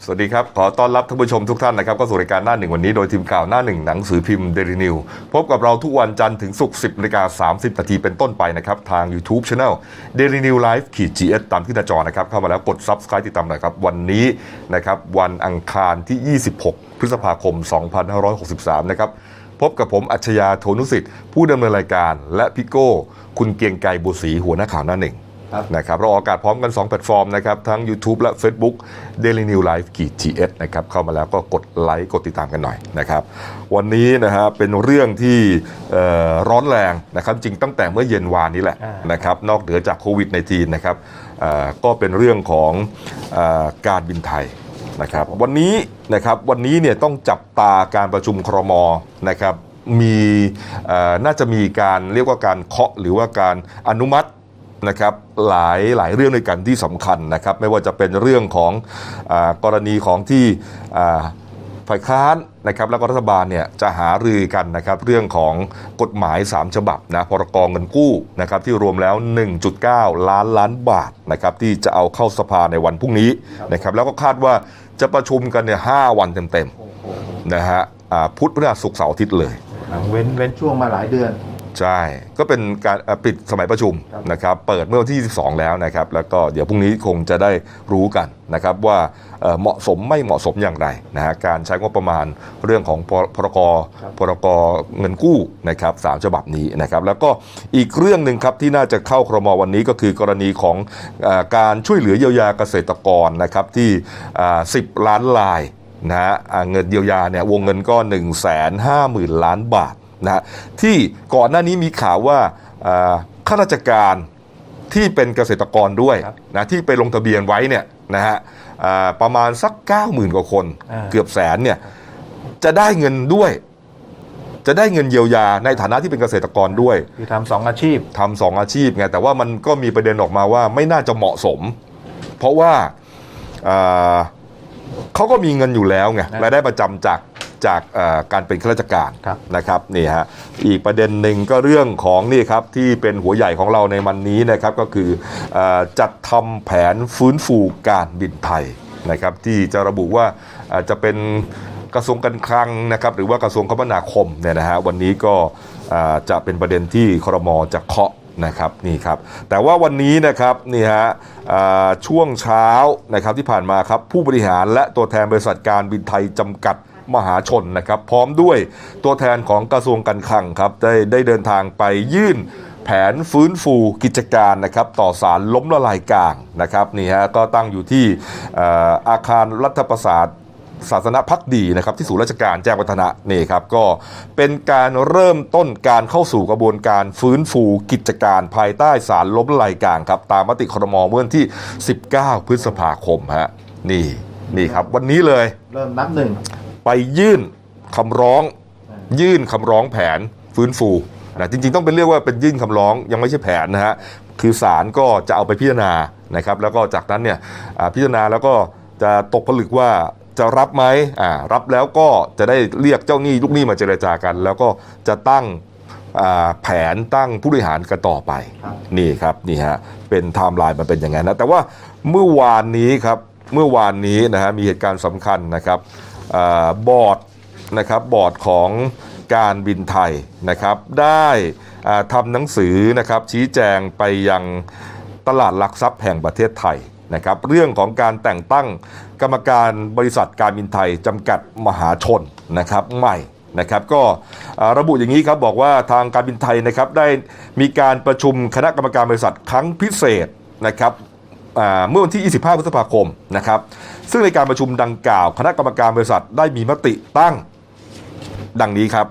สวัสดีครับขอต้อนรับท่านผู้ชมทุกท่านนะครับก็สู่รายการหน้าหนึ่งวันนี้โดยทีมข่าวหน้าหนึ่งหนังสือพิมพ์ Daily News พบกับเราทุกวันจันทร์ถึงศุกร์ 10:30 น.เป็นต้นไปนะครับทาง YouTube Channel Daily News Live -GS ตามที่หน้าจอนะครับเข้ามาแล้วกด Subscribe ติดตามหน่อยครับวันนี้นะครับวันอังคารที่ 26 พฤษภาคม 2563 นะครับพบกับผมอัจฉริยะ โทนุสิทธิ์ผู้ดำเนินรายการและพี่โก้คุณเกียงไกรบุษรีหัวหน้าข่าวหน้าหนึ่งนะครับเราออกอากาศพร้อมกัน2แพลตฟอร์มนะครับทั้ง YouTube และ Facebook Daily News Live -GS นะครับเข้ามาแล้วก็กดไลค์กดติดตามกันหน่อยนะครับวันนี้นะฮะเป็นเรื่องที่ร้อนแรงนะครับจริงตั้งแต่เมื่อเย็นวานนี้แหละนะครับนอกเหนือจากโควิด-19 นะครับก็เป็นเรื่องของการบินไทยนะครับวันนี้เนี่ยต้องจับตาการประชุมครม.นะครับมีน่าจะมีการเรียกว่าการเคาะหรือว่าการอนุมัตินะครับหลายเรื่องด้วยกันที่สำคัญนะครับไม่ว่าจะเป็นเรื่องของกรณีของที่ฝ่ายค้านนะครับแล้วก็รัฐบาลเนี่ยจะหารือกันนะครับเรื่องของกฎหมาย3ฉบับนะพรก.เงินกู้นะครับที่รวมแล้ว 1.9 ล้านบาทนะครับที่จะเอาเข้าสภาในวันพรุ่งนี้นะครับแล้วก็คาดว่าจะประชุมกันเนี่ย5วันเต็มๆนะฮะพุธพฤหัสศุกร์เสาร์อาทิตย์เลยเว้นช่วงมาหลายเดือนใช่ก็เป็นการปิดสมัยประชุมนะครับเปิดเมื่อวันที่22แล้วนะครับแล้วก็เดี๋ยวพรุ่งนี้คงจะได้รู้กันนะครับว่าเหมาะสมไม่เหมาะสมอย่างไรนะฮะการใช้งบประมาณเรื่องของพรก.เงินกู้นะครับ3ฉบับนี้นะครับแล้วก็อีกเรื่องหนึ่งครับที่น่าจะเข้าครม.วันนี้ก็คือกรณีของการช่วยเหลือเยียวยาเกษตรกรนะครับที่10 ล้านรายนะฮะเงินเยียวยาเนี่ยวงเงินก็ 150,000 ล้านบาทนะที่ก่อนหน้านี้มีข่าวว่าข้าราชการที่เป็นเกษตรกรด้วยนะที่ไปลงทะเบียนไว้เนี่ยนะฮะประมาณสัก 90,000 กว่าคนเกือบแสนเนี่ยจะได้เงินด้วยจะได้เงินเยียวยาในฐานะที่เป็นเกษตรกรด้วยคือทำ2 อาชีพไงแต่ว่ามันก็มีประเด็นออกมาว่าไม่น่าจะเหมาะสมเพราะว่าเขาก็มีเงินอยู่แล้วไงรายได้ประจำจากการเป็นข้าราชการนะครับนี่ฮะอีกประเด็นหนึ่งก็เรื่องของนี่ครับที่เป็นหัวใหญ่ของเราในวันนี้นะครับก็คือจัดทำแผนฟื้นฟูการบินไทยนะครับที่จะระบุว่าจะเป็นกระทรวงการคลังนะครับหรือว่ากระทรวงคมนาคมเนี่ยนะฮะวันนี้ก็จะเป็นประเด็นที่ครม.จะเคาะนะครับนี่ครับแต่ว่าวันนี้นะครับนี่ฮะช่วงเช้านะครับที่ผ่านมาครับผู้บริหารและตัวแทนบริษัทการบินไทยจำกัดมหาชนนะครับพร้อมด้วยตัวแทนของกระทรวงการคลังครับได้เดินทางไปยื่นแผนฟื้นฟูกิจการนะครับต่อศาลล้มละลายกลางนะครับนี่ฮะก็ตั้งอยู่ที่อาคารรัฐประสาทศาสนภักดีนะครับที่ศูนย์ราชการแจ้งวัฒนะนี่ครับก็เป็นการเริ่มต้นการเข้าสู่กระบวนการฟื้นฟูกิจการภายใต้ศาลล้มละลายกลางครับตามมติครม.เมื่อวันที่19 พฤษภาคมฮะนี่ครับวันนี้เลยเริ่มนับหนึ่งไปยื่นคำร้องแผนฟื้นฟูนะจริงๆต้องเป็นเรียกว่าเป็นยื่นคำร้องยังไม่ใช่แผนนะฮะคือศาลก็จะเอาไปพิจารณานะครับแล้วก็จากนั้นเนี่ยพิจารณาแล้วก็จะตกผลึกว่าจะรับไหมรับแล้วก็จะได้เรียกเจ้าหนี้ลูกหนี้มาเจรจากันแล้วก็จะตั้งแผนตั้งผู้บริหารกันต่อไปนี่ครับนี่ฮะเป็นไทม์ไลน์มันเป็นอย่างนั้นนะแต่ว่าเมื่อวานนี้นะฮะมีเหตุการณ์สำคัญนะครับบอร์ดของการบินไทยนะครับได้ทำหนังสือนะครับชี้แจงไปยังตลาดหลักทรัพย์แห่งประเทศไทยนะครับเรื่องของการแต่งตั้งกรรมการบริษัทการบินไทยจำกัดมหาชนนะครับใหม่นะครับก็ระบุอย่างนี้ครับบอกว่าทางการบินไทยนะครับได้มีการประชุมคณะกรรมการบริษัทครั้งพิเศษนะครับเมื่อวันที่25 พฤษภาคมนะครับซึ่งในการประชุมดังกล่าวคณะกรรมการบริษัทได้มีมติตั้งดังนี้ครับ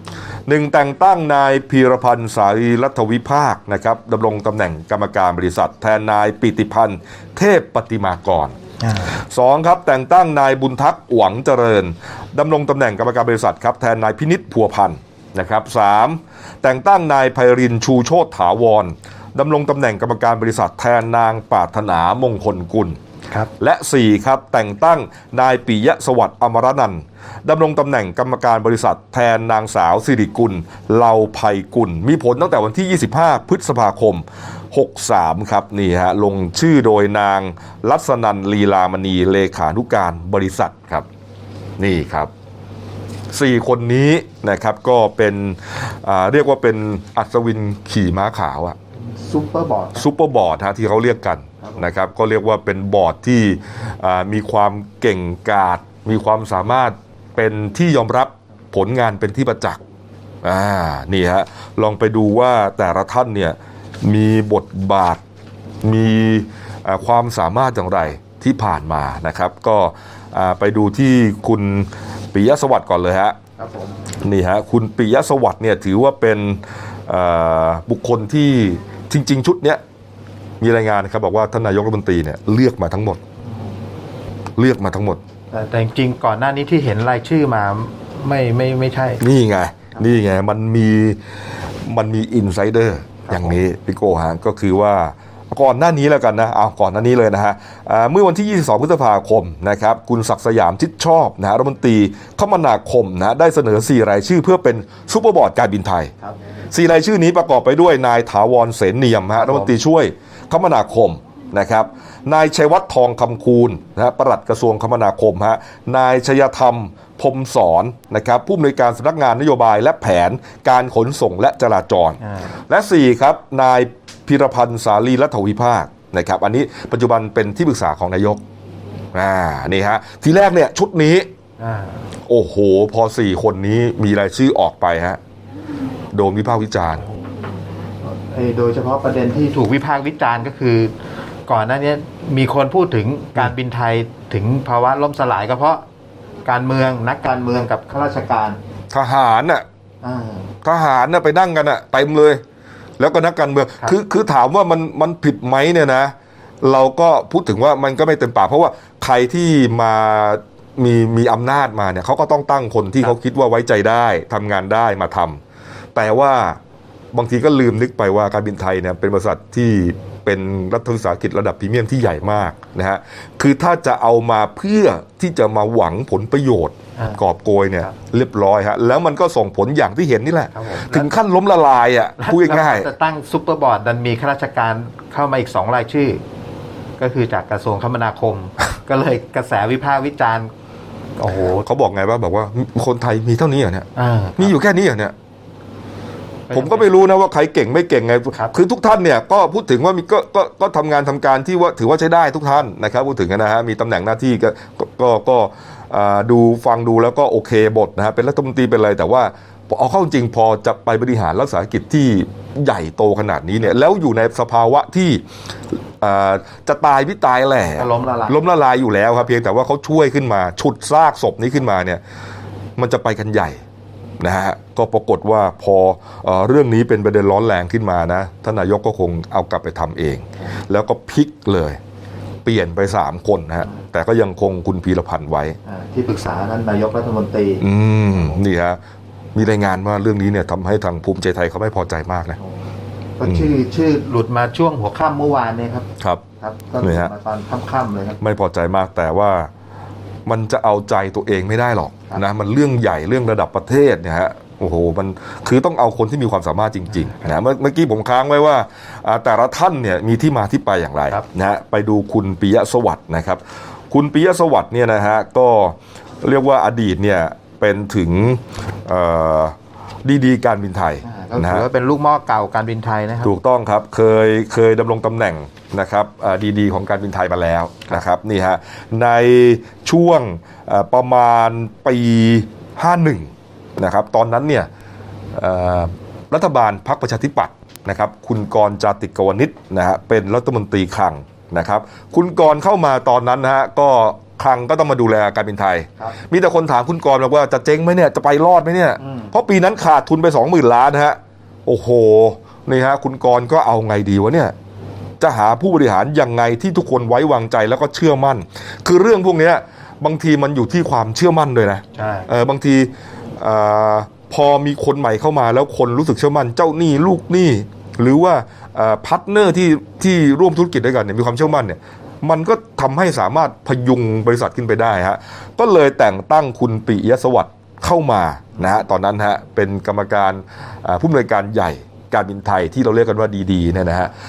1. แต่งตั้งนายพีรพันธ์สารีรัฐวิภาคนะครับดำรงตำแหน่งกรรมการบริษัทแทนนายปิติพันธ์เทพปฏิมากร 2. ครับแต่งตั้งนายบุญทักษ์หวังเจริญดำรงตำแหน่งกรรมการบริษัทครับแทนนายพินิจพัวพันธ์นะครับ 3. แต่งตั้งนายไพรินทร์ชูโชติถาวรดำรงตำแหน่งกรรมการบริษัทแทนนางปรารถนามงคลกุลและ 4. ครับแต่งตั้งนายปิยะสวัสดิ์อมรนันท์ดำรงตำแหน่งกรรมการบริษัทแทนนางสาวสิริกุลเลาไพกุลมีผลตั้งแต่วันที่25 พฤษภาคม 63ครับนี่ฮะลงชื่อโดยนางลัษนันท์ลีลามณีเลขานุการบริษัทครับนี่ครับ4คนนี้นะครับก็เป็นเรียกว่าเป็นอัศวินขี่ม้าขาวอะซุปเปอร์บอร์ดซุปเปอร์บอร์ดที่เขาเรียกกันนะครับก็เรียกว่าเป็นบอร์ดที่มีความเก่งกาจมีความสามารถเป็นที่ยอมรับผลงานเป็นที่ประจักษ์นี่ฮะลองไปดูว่าแต่ละท่านเนี่ยมีบทบาทมีความสามารถอย่างไรที่ผ่านมานะครับก็ไปดูที่คุณปิยะสวัสดิ์ก่อนเลยฮะครับผมนี่ฮะคุณปิยะสวัสดิ์เนี่ยถือว่าเป็นบุคคลที่จริงๆชุดเนี้ยมีรายงานนะครับบอกว่าท่านนายกรัฐมนตรีเนี่ยเลือกมาทั้งหมดแต่จริงๆก่อนหน้านี้ที่เห็นรายชื่อมาไม่ใช่นี่ไงมันมีอินไซเดอร์อย่างนี้พี่โก้ฮะก็คือว่าก่อนหน้านี้แล้วกันนะก่อนหน้านี้เลยนะฮะเมื่อวันที่22พฤษภาคมนะครับคุณศักดิ์สยามชิดชอบนะฮะรัฐมนตรีคมนาคมนะได้เสนอ4รายชื่อเพื่อเป็นซุปเปอร์บอร์ดการบินไทย4รายชื่อนี้ประกอบไปด้วยนายถาวรเสนเนียมฮะรัฐมนตรีช่วยคมนาคมนะครับนายชัยวัฒน์ทองคำคูณนะฮะปลัดกระทรวงคมนาคมฮะนายชยธรรมพรมสอนนะครับผู้อำนวยการสำนักงานนโยบายและแผนการขนส่งและจราจรและ4ครับนายพิรพันธ์สาลีรัฐวิภาคนะครับอันนี้ปัจจุบันเป็นที่ปรึกษาของนายกนี่ฮะทีแรกเนี่ยชุดนี้โอ้โหพอ4คนนี้มีรายชื่อออกไปฮะโดนวิพากษ์วิจารณ์โดยเฉพาะประเด็นที่ถูกวิพากษ์วิจารณ์ก็คือก่อนหน้านี้มีคนพูดถึงการบินไทยถึงภาวะล่มสลายก็เพราะการเมืองนักการเมืองกับข้าราชการทหารน่ะไปนั่งกันน่ะเต็มเลยแล้วก็นักการเมืองคือถามว่ามันผิดไหมเนี่ยนะเราก็พูดถึงว่ามันก็ไม่เต็มปากเพราะว่าใครที่มามีอำนาจมาเนี่ยเขาก็ต้องตั้งคนที่เขาคิดว่าไว้ใจได้ทำงานได้มาทำแต่ว่าบางทีก็ลืมนึกไปว่าการบินไทยเนี่ยเป็นบริษัทที่เป็นรัฐวิสาหกิจระดับพรีเมียมที่ใหญ่มากนะฮะคือถ้าจะเอามาเพื่อที่จะมาหวังผลประโยชน์กอบโกยเนี่ยเรียบร้อยฮะแล้วมันก็ส่งผลอย่างที่เห็นนี่แหละถึงขั้นล้มละลายพูดง่ายๆจะตั้งซุปเปอร์บอร์ดดันมีข้าราชการเข้ามาอีก2รายชื่อก็คือจากกระทรวงคมนาคม ก็เลยกระแสวิพากษ์วิจารณ์โอ้โหเขาบอกไงว่าบอกว่าคนไทยมีเท่านี้เหรอเนี่ยมีอยู่แค่นี้เหรอเนี่ยผมก็ไม่รู้นะว่าใครเก่งไม่เก่งไงคือทุกท่านเนี่ยก็พูดถึงว่ามีก็ทำงานทำการที่ว่าถือว่าใช้ได้ทุกท่านนะครับพูดถึงนะฮะมีตำแหน่งหน้าที่ก็ดูฟังดูแล้วก็โอเคบทนะฮะเป็นรัฐมนตรีเป็นอะไรแต่ว่าเอาเข้าจริงพอจะไปบริหารรัฐวิสาหกิจที่ใหญ่โตขนาดนี้เนี่ยแล้วอยู่ในสภาวะที่จะตายพิตายแหละล้มละลายอยู่แล้วครับเพียงแต่ว่าเขาช่วยขึ้นมาฉุดซากศพนี้ขึ้นมาเนี่ยมันจะไปกันใหญ่นะฮะก็ปรากฏว่าพอเรื่องนี้เป็นประเด็นร้อนแรงขึ้นมานะท่านนายกก็คงเอากลับไปทำเองแล้วก็พลิกเลยเปลี่ยนไป3คนนะฮะแต่ก็ยังคงคุณพีรพันธ์ไว้ที่ปรึกษาท่านนายกรัฐมนตรีนี่ฮะมีรายงานว่าเรื่องนี้เนี่ยทำให้ทางภูมิใจไทยเขาไม่พอใจมากนะก็ชื่อหลุดมาช่วงหัวค่ำเมื่อวานเนี่ยครับครับก็หลุดมาตอนค่ำๆเลยครับไม่พอใจมากแต่ว่ามันจะเอาใจตัวเองไม่ได้หรอกนะมันเรื่องใหญ่เรื่องระดับประเทศเนี่ยฮะโอ้โหมันคือต้องเอาคนที่มีความสามารถจริงๆนะเมื่อกี้ผมค้างไว้ว่าแต่ละท่านเนี่ยมีที่มาที่ไปอย่างไรนะไปดูคุณปิยะสวัสดิ์นะครับคุณปิยะสวัสดิ์เนี่ยนะฮะก็เรียกว่าอดีตเนี่ยเป็นถึงดีการบินไทยนะฮะเป็นลูกหม้อเก่าการบินไทยนะครับถูกต้องครับเคยดำรงตำแหน่งนะครับดีของการบินไทยมาแล้วนะครับนี่ฮะในช่วงประมาณปี51นะครับตอนนั้นเนี่ยรัฐบาลพรรคประชาธิปัตย์นะครับคุณกรณ์จาติกวณิชนะฮะเป็นรัฐมนตรีคลังนะครับคุณกรณ์เข้ามาตอนนั้นนะฮะก็คลังก็ต้องมาดูแลการบินไทยมีแต่คนถามคุณกรณ์บอกว่าจะเจ๊งไหมเนี่ยจะไปรอดไหมเนี่ยเพราะปีนั้นขาดทุนไป 20,000 ล้านนะฮะโอ้โหนี่ฮะคุณกรณ์ก็เอาไงดีวะเนี่ยจะหาผู้บริหารยังไงที่ทุกคนไว้วางใจแล้วก็เชื่อมั่นคือเรื่องพวกนี้บางทีมันอยู่ที่ความเชื่อมั่นด้วยนะบางทีพอมีคนใหม่เข้ามาแล้วคนรู้สึกเชื่อมั่นเจ้าหนี้ลูกหนี้หรือว่าพาร์ทเนอร์ที่ร่วมธุรกิจด้วยกันเนี่ยมีความเชื่อมั่นเนี่ยมันก็ทำให้สามารถพยุงบริษัทขึ้นไปได้ฮะก็เลยแต่งตั้งคุณปิยะสวัสดิ์เข้ามานะฮะตอนนั้นฮะเป็นกรรมการผู้อำนวยการใหญ่การบินไทยที่เราเรียกกันว่าดีๆเนี่ยนะฮะ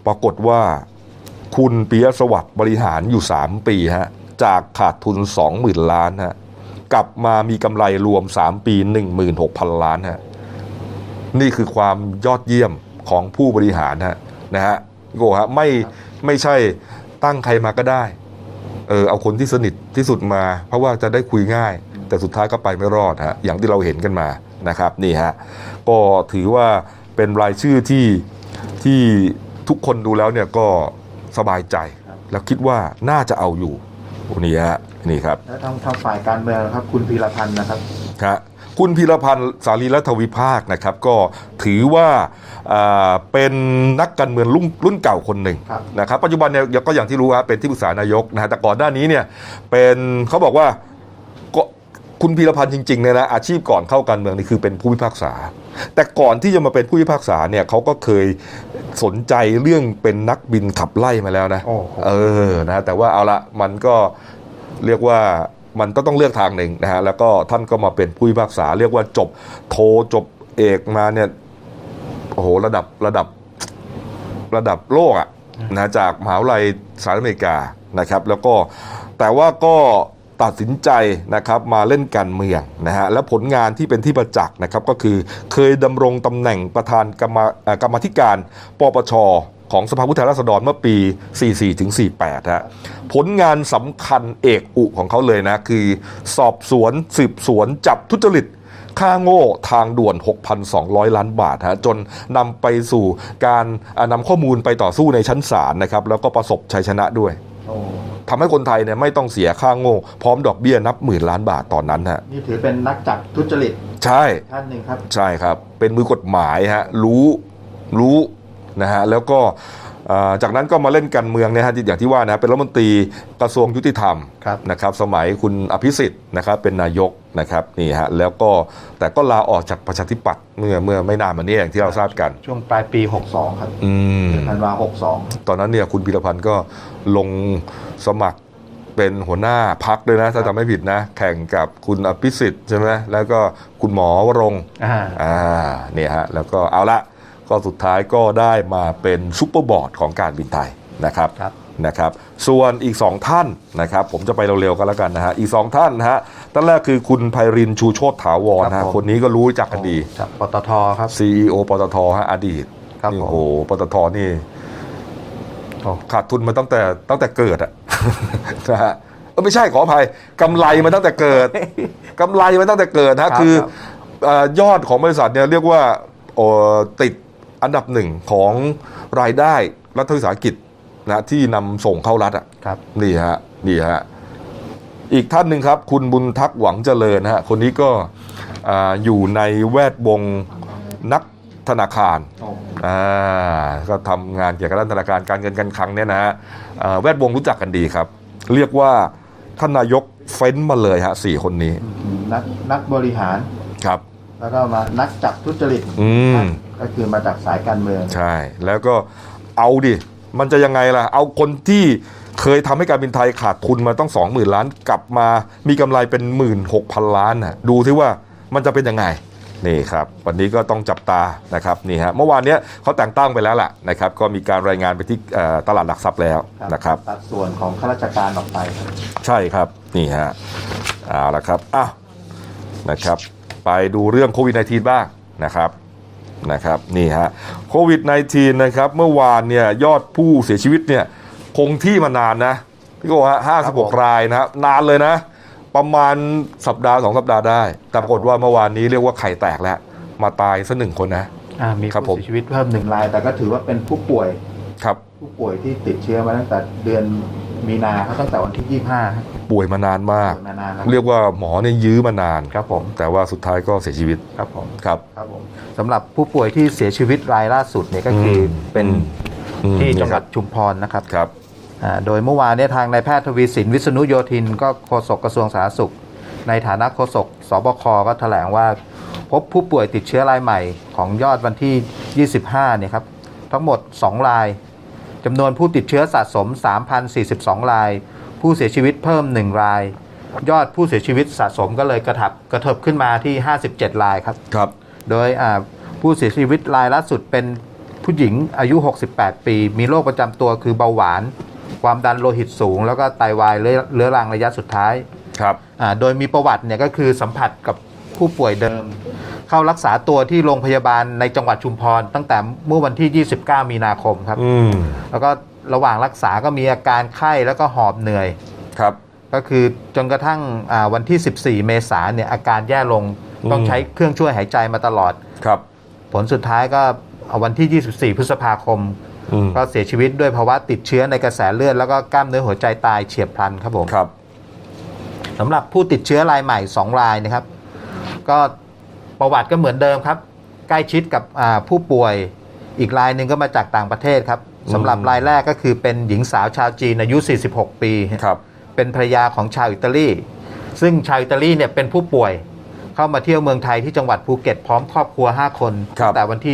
ปรากฏว่าคุณปิยะสวัสดิ์บริหารอยู่3ปีฮะจากขาดทุน 20,000 ล้านฮะกลับมามีกำไรรวม3ปี 16,000 ล้านฮะนี่คือความยอดเยี่ยมของผู้บริหารนะฮะโก้ฮะไม่ใช่ตั้งใครมาก็ได้เอาคนที่สนิทที่สุดมาเพราะว่าจะได้คุยง่ายแต่สุดท้ายก็ไปไม่รอดฮะอย่างที่เราเห็นกันมานะครับนี่ฮะก็ถือว่าเป็นรายชื่อที่ทุกคนดูแล้วเนี่ยก็สบายใจแล้วคิดว่าน่าจะเอาอยู่นี่ฮะนี่ครับแล้วทางฝ่ายการเมืองครับคุณพีรพันธ์นะครับครับคุณพีรพันธ์สารีรัฐวิภาคนะครับก็ถือว่าเป็นนักการเมืองรุ่นเก่าคนหนึ่งนะครับปัจจุบันเนี่ยก็อย่างที่รู้ครับเป็นที่ปรึกษานายกนะฮะแต่ก่อนหน้านี้เนี่ยเป็นเขาบอกว่าคุณพีรพันธ์จริงๆเนี่ยนะอาชีพก่อนเข้าการเมืองนี่คือเป็นผู้พิพากษาแต่ก่อนที่จะมาเป็นผู้พิพากษาเนี่ยเขาก็เคยสนใจเรื่องเป็นนักบินขับไล่มาแล้วนะนะแต่ว่าเอาละมันก็เรียกว่ามันก็ต้องเลือกทางหนึ่งนะฮะแล้วก็ท่านก็มาเป็นผู้พิพากษาเรียกว่าจบโทจบเอกมาเนี่ยโอ้โหระดับโลกอ่ะนะจากมหาวิทยาลัยสหรัฐอเมริกานะครับแล้วก็แต่ว่าก็ตัดสินใจนะครับมาเล่นการเมืองนะฮะและผลงานที่เป็นที่ประจักษ์นะครับก็คือเคยดำรงตำแหน่งประธานกรรมาธิการปปชของสภาผู้แทนราษฎรเมื่อปี 44 ถึง 48 ฮะผลงานสำคัญเอกอุของเขาเลยนะคือสอบสวนสืบสวนจับทุจริตค่าโง่ทางด่วน 6,200 ล้านบาทฮะจนนำไปสู่การนำข้อมูลไปต่อสู้ในชั้นศาลนะครับแล้วก็ประสบชัยชนะด้วยทำให้คนไทยเนี่ยไม่ต้องเสียค่าโง่พร้อมดอกเบี้ยนับหมื่นล้านบาทตอนนั้นฮะนี่ถือเป็นนักจับทุจริตใช่ท่านหนึ่งครับใช่ครับเป็นมือกฎหมายฮะรู้นะฮะแล้วก็จากนั้นก็มาเล่นการเมืองเนี่ยฮะอย่างที่ว่านะเป็นรัฐมนตรีกระทรวงยุติธรรมนะครับสมัยคุณอภิสิทธิ์นะครับเป็นนายกนะครับนี่ฮะแล้วก็แต่ก็ลาออกจากประชาธิปัตย์เมื่อไม่นานมานี้อย่างที่เราทราบกันช่วงปลายปี 62 ครับธันวาคม 62 ตอนนั้นเนี่ยคุณพีรพันธ์ก็ลงสมัครเป็นหัวหน้าพรรคด้วยนะถ้าจำไม่ผิดนะแข่งกับคุณอภิสิทธิ์ใช่ไหมแล้วก็คุณหมอวรงค์เนี่ยฮะแล้วก็เอาละก็สุดท้ายก็ได้มาเป็นซุปเปอร์บอร์ดของการบินไทยนะครับส่วนอีก2ท่านนะครับผมจะไปเร็วๆกันแล้วกันนะฮะอีก2ท่านนะฮะท่านแรกคือคุณไพรินทร์ชูโชติถาวรนะคนนี้ก็รู้จักกันดีจากปตทครับ CEO ปตทฮะอดีตโอ้โหปตทนี่ขาดทุนมาตั้งแต่เกิดอะนะฮะไม่ใช่ขออภัยกำไรมาตั้งแต่เกิดนะคือยอดของบริษัทเนี่ยเรียกว่าติดอันดับหนึ่งของรายได้รัฐวิสาหกิจนะที่นำส่งเข้ารัฐอ่ะนี่ฮะอีกท่านหนึ่งครับคุณบุญทักษ์หวังเจริญฮะคนนี้ก็อยู่ในแวดวงนักธนาคารก็ทำงานเกี่ยวกับด้านธนาคารการเงินการคลังเนี่ยนะฮะแวดวงรู้จักกันดีครับเรียกว่าท่านนายกเฟ้นมาเลยฮะ4คนนี้นักบริหารครับแล้วก็มานักจับทุจริตก็คือมาจากสายการเมืองใช่แล้วก็เอาดิมันจะยังไงล่ะเอาคนที่เคยทำให้การบินไทยขาดทุนมาต้อง 20,000 ล้านกลับมามีกำไรเป็น 16,000 ล้านน่ะดูที่ว่ามันจะเป็นยังไงนี่ครับวันนี้ก็ต้องจับตานะครับนี่ฮะเมื่อวานนี้เขาแต่งตั้งไปแล้วล่ะนะครับก็มีการรายงานไปที่ตลาดหลักทรัพย์แล้วนะครับตัดส่วนของข้าราชการออกไปใช่ครับนี่ฮะเอาละครับนะครับไปดูเรื่องโควิด -19 บ้างนะครับนี่ฮะโควิด -19 นะครับเมื่อวานเนี่ยยอดผู้เสียชีวิตเนี่ยคงที่มานานนะพี่โก้ฮะ56 รายนะนานเลยนะประมาณสัปดาห์2 สัปดาห์ได้แต่ปรากฏว่าเมื่อวานนี้เรียกว่าไข่แตกแล้วมาตายซะ1 คนนะมีผู้เสียชีวิตเพิ่ม1 รายแต่ก็ถือว่าเป็นผู้ป่วยครับผู้ป่วยที่ติดเชื้อมาตั้งแต่เดือนมีนาครับตั้งแต่วันที่25 ป่วยมานานมากเรียกว่าหมอเนี่ยยื้อมานานครับผมแต่ว่าสุดท้ายก็เสียชีวิตครับผมครับสำหรับผู้ป่วยที่เสียชีวิตรายล่าสุดเนี่ยก็คือเป็นที่จังหวัดชุมพรนะครับโดยเมื่อวานเนี่ยทางนายแพทย์ทวีสินวิษณุโยธินก็โฆษกกระทรวงสาธารณสุขในฐานะโฆษกสบคก็แถลงว่าพบผู้ป่วยติดเชื้อรายใหม่ของยอดวันที่25เนี่ยครับทั้งหมด2 รายจำนวนผู้ติดเชื้อสะสม 3,042 รายผู้เสียชีวิตเพิ่ม1 รายยอดผู้เสียชีวิตสะสมก็เลยกระเถิบขึ้นมาที่57 รายครับโดยผู้เสียชีวิตรายล่าสุดเป็นผู้หญิงอายุ 68 ปี มีโรคประจำตัวคือเบาหวานความดันโลหิตสูงแล้วก็ไตวายเรื้อรังระยะสุดท้ายครับโดยมีประวัติเนี่ยก็คือสัมผัสกับผู้ป่วยเดิมเข้ารักษาตัวที่โรงพยาบาลในจังหวัดชุมพรตั้งแต่เมื่อวันที่29มีนาคมครับแล้วก็ระหว่างรักษาก็มีอาการไข้แล้วก็หอบเหนื่อยครับก็คือจนกระทั่งวันที่14เมษายนเนี่ยอาการแย่ลงต้องใช้เครื่องช่วยหายใจมาตลอดครับผลสุดท้ายก็วันที่24พฤษภาคมก็เสียชีวิตด้วยภาวะติดเชื้อในกระแสเลือดแล้วก็กล้ามเนื้อหัวใจตายเฉียบพลันครับผมครับสำหรับผู้ติดเชื้อรายใหม่2รายนะครับก็ประวัติก็เหมือนเดิมครับใกล้ชิดกับผู้ป่วยอีกรายหนึ่งก็มาจากต่างประเทศครับสำหรับรายแรกก็คือเป็นหญิงสาวชาวจีนอายุ46ปีครับเป็นภรรยาของชาวอิตาลีซึ่งชาวอิตาลีเนี่ยเป็นผู้ป่วยเข้ามาเที่ยวเมืองไทยที่จังหวัดภูเก็ตพร้อมครอบครัว5คนตั้งแต่วันที่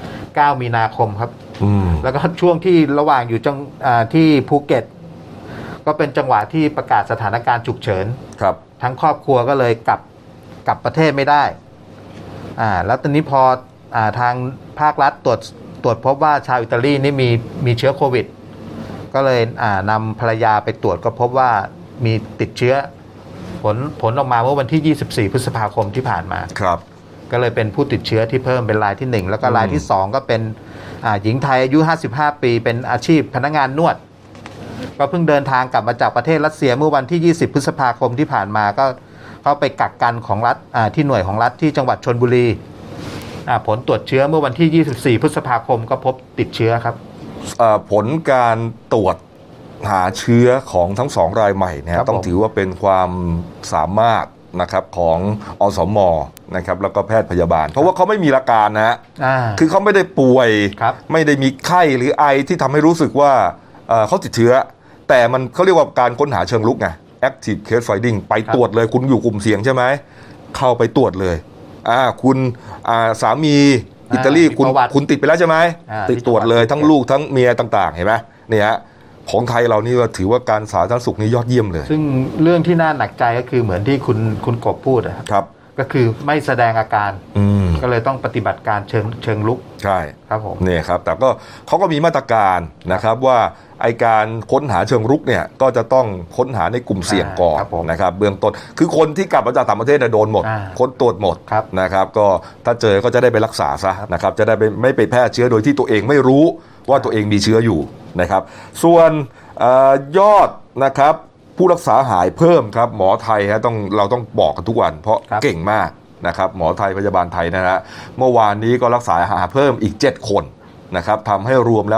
9มีนาคมครับแล้วก็ช่วงที่ระหว่างอยู่ที่ภูเก็ตก็เป็นจังหวะที่ประกาศสถานการณ์ฉุกเฉินครับทั้งครอบครัวก็เลยกลับประเทศไม่ได้แล้วตอนนี้พอทางภาครัฐตรวจพบว่าชาวอิตาลีนี่มีเชื้อโควิดก็เลยนำภรรยาไปตรวจก็พบว่ามีติดเชื้อผลออกมาเมื่อวันที่24พฤษภาคมที่ผ่านมาครับก็เลยเป็นผู้ติดเชื้อที่เพิ่มเป็นรายที่1แล้วก็รายที่2ก็เป็นหญิงไทยอายุ55ปีเป็นอาชีพพนักงานนวดก็เพิ่งเดินทางกลับมาจากประเทศรัสเซียเมื่อวันที่20พฤษภาคมที่ผ่านมาก็เข้าไปกักกันของรัฐที่หน่วยของรัฐที่จังหวัดชลบุรีผลตรวจเชื้อเมื่อวันที่24พฤษภาคมก็พบติดเชื้อครับผลการตรวจหาเชื้อของทั้ง2รายใหม่เนี่ยต้องถือว่าเป็นความสามารถนะครับของอสม.นะครับแล้วก็แพทย์พยาบาลเพราะว่าเขาไม่มีอาการนะคือเขาไม่ได้ป่วยไม่ได้มีไข้หรือไอที่ทำให้รู้สึกว่าเขาติดเชื้อแต่มันเขาเรียกว่าการค้นหาเชิงลุกไง active case finding ไปตรวจเลยคุณอยู่กลุ่มเสี่ยงใช่ไหมเข้าไปตรวจเลยคุณสามีอิตาลีคุณติดไปแล้วใช่ไหมติดตรวจเลยทั้งลูกทั้งเมียต่างๆเห็นไหมเนี่ยของไทยเรานี่ถือว่าการสาธารณสุขนี่ยอดเยี่ยมเลยซึ่งเรื่องที่น่าหนักใจก็คือเหมือนที่คุณกบพูดครับก็คือไม่แสดงอาการก็เลยต้องปฏิบัติการเชิงลุกใช่ครับผมเนี่ยครับแต่ก็เขาก็มีมาตรการนะครับว่าไอการค้นหาเชิงรุกเนี่ยก็จะต้องค้นหาในกลุ่มเสี่ยงก่อนนะครับเบื้องต้นคือคนที่กลับมาจากต่างประเทศโดนหมดค้นตรวจหมดนะครับก็ถ้าเจอก็จะได้ไปรักษาซะนะครับจะได้ไม่ไปแพร่เชื้อโดยที่ตัวเองไม่รู้ว่าตัวเองมีเชื้ออยู่นะครับส่วนยอดนะครับผู้รักษาหายเพิ่มครับหมอไทยเราต้องบอกกันทุกวันเพราะเก่งมากนะครับหมอไทยพยาบาลไทยนะฮะเมื่อวานนี้ก็รักษาหายเพิ่มอีก7คนนะครับทำให้รวมแล้ว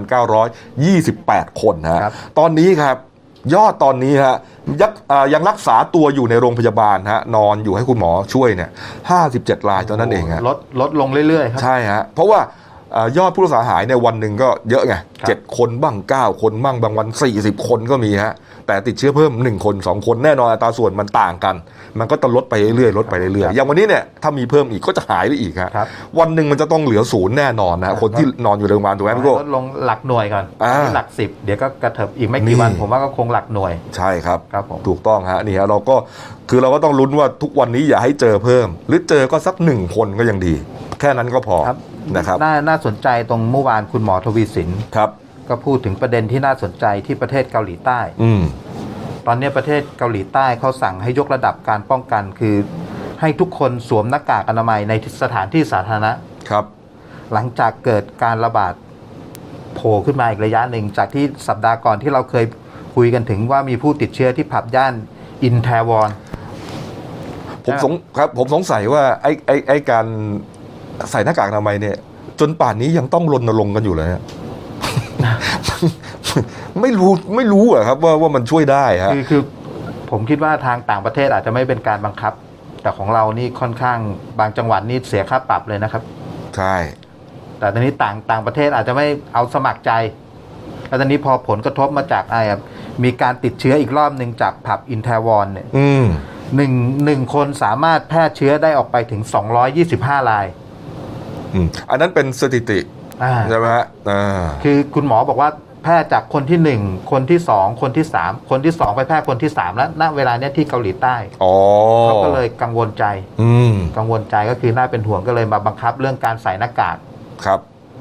2,928 คนนะตอนนี้ครับยอดตอนนี้ฮะยังรักษาตัวอยู่ในโรงพยาบาลฮะนอนอยู่ให้คุณหมอช่วยเนี่ย57รายเท่านั้นเองฮะลดลงเรื่อยๆครับใช่ฮะเพราะว่ายอดผู้รักษาหายในวันหนึ่งก็เยอะไง7คนบ้าง9คนบ้างบางวัน40คนก็มีฮะแต่ติดเชื้อเพิ่ม1คน2คนแน่นอนอัตราส่วนมันต่างกันมันก็จะลดไปเรื่อยๆลดไปเรื่อยๆอย่างวันนี้เนี่ยถ้ามีเพิ่มอีกก็จะหายไปอีกครับวันหนึ่งมันจะต้องเหลือ0แน่นอนนะคนที่นอนอยู่โรงพยาบาลถูกไหมพี่โก้ลดลงหลักหน่วยก่อนหลัก10เดี๋ยวก็กระเถิบอีกไม่กี่วันผมว่าก็คงหลักหน่วยใช่ครับครับผมถูกต้องฮะนี่ฮะเราก็ต้องลุ้นว่าทุกวันนี้อย่าให้เจอเพิ่มหรือเจอก็สัก1คนก็ยังดีแค่นั้นก็พอนะครับน่าสนใจตรงเมื่อวานคุณหมอทวีสินครับก็พูดถึงประเด็นที่น่าสนใจที่ประเทศเกาหลีใต้ตอนนี้ประเทศเกาหลีใต้เขาสั่งให้ยกระดับการป้องกันคือให้ทุกคนสวมหน้ากากอนามัยในสถานที่สาธารณะครับหลังจากเกิดการระบาดโผล่ขึ้นมาอีกระยะหนึ่งจากที่สัปดาห์ก่อนที่เราเคยคุยกันถึงว่ามีผู้ติดเชื้อที่ผับย่านอินแทวอนผมสงสัยว่าไอ้การใส่หน้ากากอนามัยเนี่ยจนป่านนี้ยังต้องรณรงค์กันอยู่เลย ไม่รู้อะครับว่ามันช่วยได้ฮะคือผมคิดว่าทางต่างประเทศอาจจะไม่เป็นการบังคับแต่ของเรานี่ค่อนข้างบางจังหวัดนี่เสียค่าปรับเลยนะครับใช่แต่ตอนนี้ต่างประเทศอาจจะไม่เอาสมัครใจแล้วตอนนี้พอผลกระทบมาจากมีการติดเชื้ออีกรอบหนึ่งจากผับอินแทวอนเนี่ยหนึ่งคนสามารถแพร่เชื้อได้ออกไปถึง225รายอันนั้นเป็นสถิติใช่ไหมฮะคือคุณหมอบอกว่าแพร่จากคนที่1คนที่2คนที่3คนที่2ไปแพร่คนที่3แล้วณเวลาเนี้ยที่เกาหลีใต้เขาก็เลยกังวลใจก็คือน่าเป็นห่วงก็เลยมาบังคับเรื่องการใส่หน้ากากครับ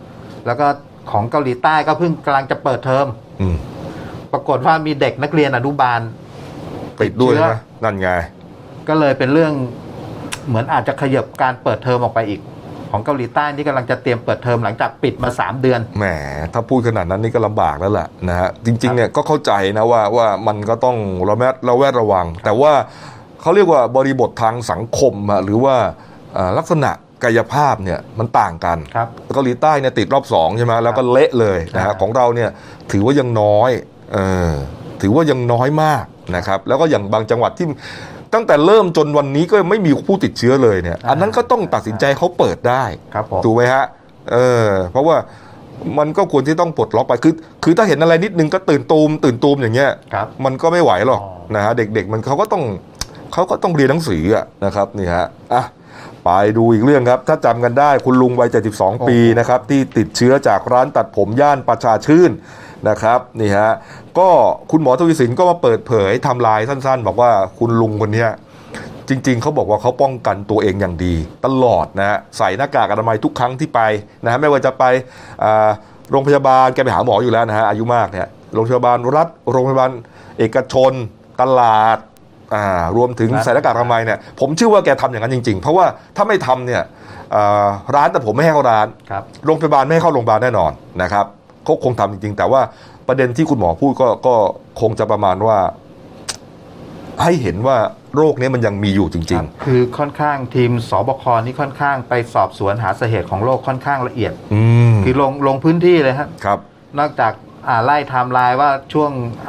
แล้วก็ของเกาหลีใต้ก็เพิ่งกำลังจะเปิดเทอมปรากฏว่ามีเด็กนักเรียนอนุบาลติดด้วยนะนั่นไงก็เลยเป็นเรื่องเหมือนอาจจะขยับการเปิดเทอมออกไปอีกของเกาหลีใต้ที่กำลังจะเตรียมเปิดเทอมหลังจากปิดมา3 เดือนแหมถ้าพูดขนาดนั้นนี่ก็ลำบากแล้วแหละนะฮะจริงๆเนี่ยก็เข้าใจนะว่ามันก็ต้องระแวดระวังแต่ว่าเขาเรียกว่าบริบททางสังคมหรือว่าลักษณะกายภาพเนี่ยมันต่างกันเกาหลีใต้เนี่ยติดรอบ2ใช่ไหมแล้วก็เละเลยนะฮะของเราเนี่ยถือว่ายังน้อยถือว่ายังน้อยมากนะครับแล้วก็อย่างบางจังหวัดที่ตั้งแต่เริ่มจนวันนี้ก็ไม่มีผู้ติดเชื้อเลยเนี่ยอันนั้นก็ต้องตัดสินใจเขาเปิดได้ถูกไหมฮะเพราะว่ามันก็ควรที่ต้องปลดล็อกไปคือถ้าเห็นอะไรนิดนึงก็ตื่นตูมอย่างเงี้ยมันก็ไม่ไหวหรอกนะฮะเด็กๆมันเขาก็ต้องเรียนหนังสือนะครับนี่ฮะไปดูอีกเรื่องครับถ้าจำกันได้คุณลุงวัย72 ปีนะครับที่ติดเชื้อจากร้านตัดผมย่านประชาชื่นนะครับนี่ฮะก็คุณหมอทวีสินก็มาเปิดเผยไทม์ไลน์สั้นๆบอกว่าคุณลุงคนนี้จริงๆเขาบอกว่าเขาป้องกันตัวเองอย่างดีตลอดนะฮะใส่หน้ากากอนามัยทุกครั้งที่ไปนะฮะไม่ว่าจะไปโรงพยาบาลแกไปหาหมออยู่แล้วนะฮะอายุมากเนี่ยโรงพยาบาลรัฐโรงพยาบาลเอกชนตลาดรวมถึงใส่หน้ากากอนามัยเนี่ยผมเชื่อว่าแกทำอย่างนั้นจริงๆเพราะว่าถ้าไม่ทำเนี่ยร้านแต่ผมไม่ให้เข้าร้านโรงพยาบาลไม่ให้เข้าโรงพยาบาลแน่นอนนะครับเขาคงทำจริงๆแต่ว่าประเด็นที่คุณหมอพูดก็คงจะประมาณว่าให้เห็นว่าโรคนี้มันยังมีอยู่จริงๆคือค่อนข้างทีมสบคนี่ค่อนข้างไปสอบสวนหาสาเหตุของโรคค่อนข้างละเอียดคือลงพื้นที่เลยครับนอกจากไล่ไทม์ไลน์ว่าช่วง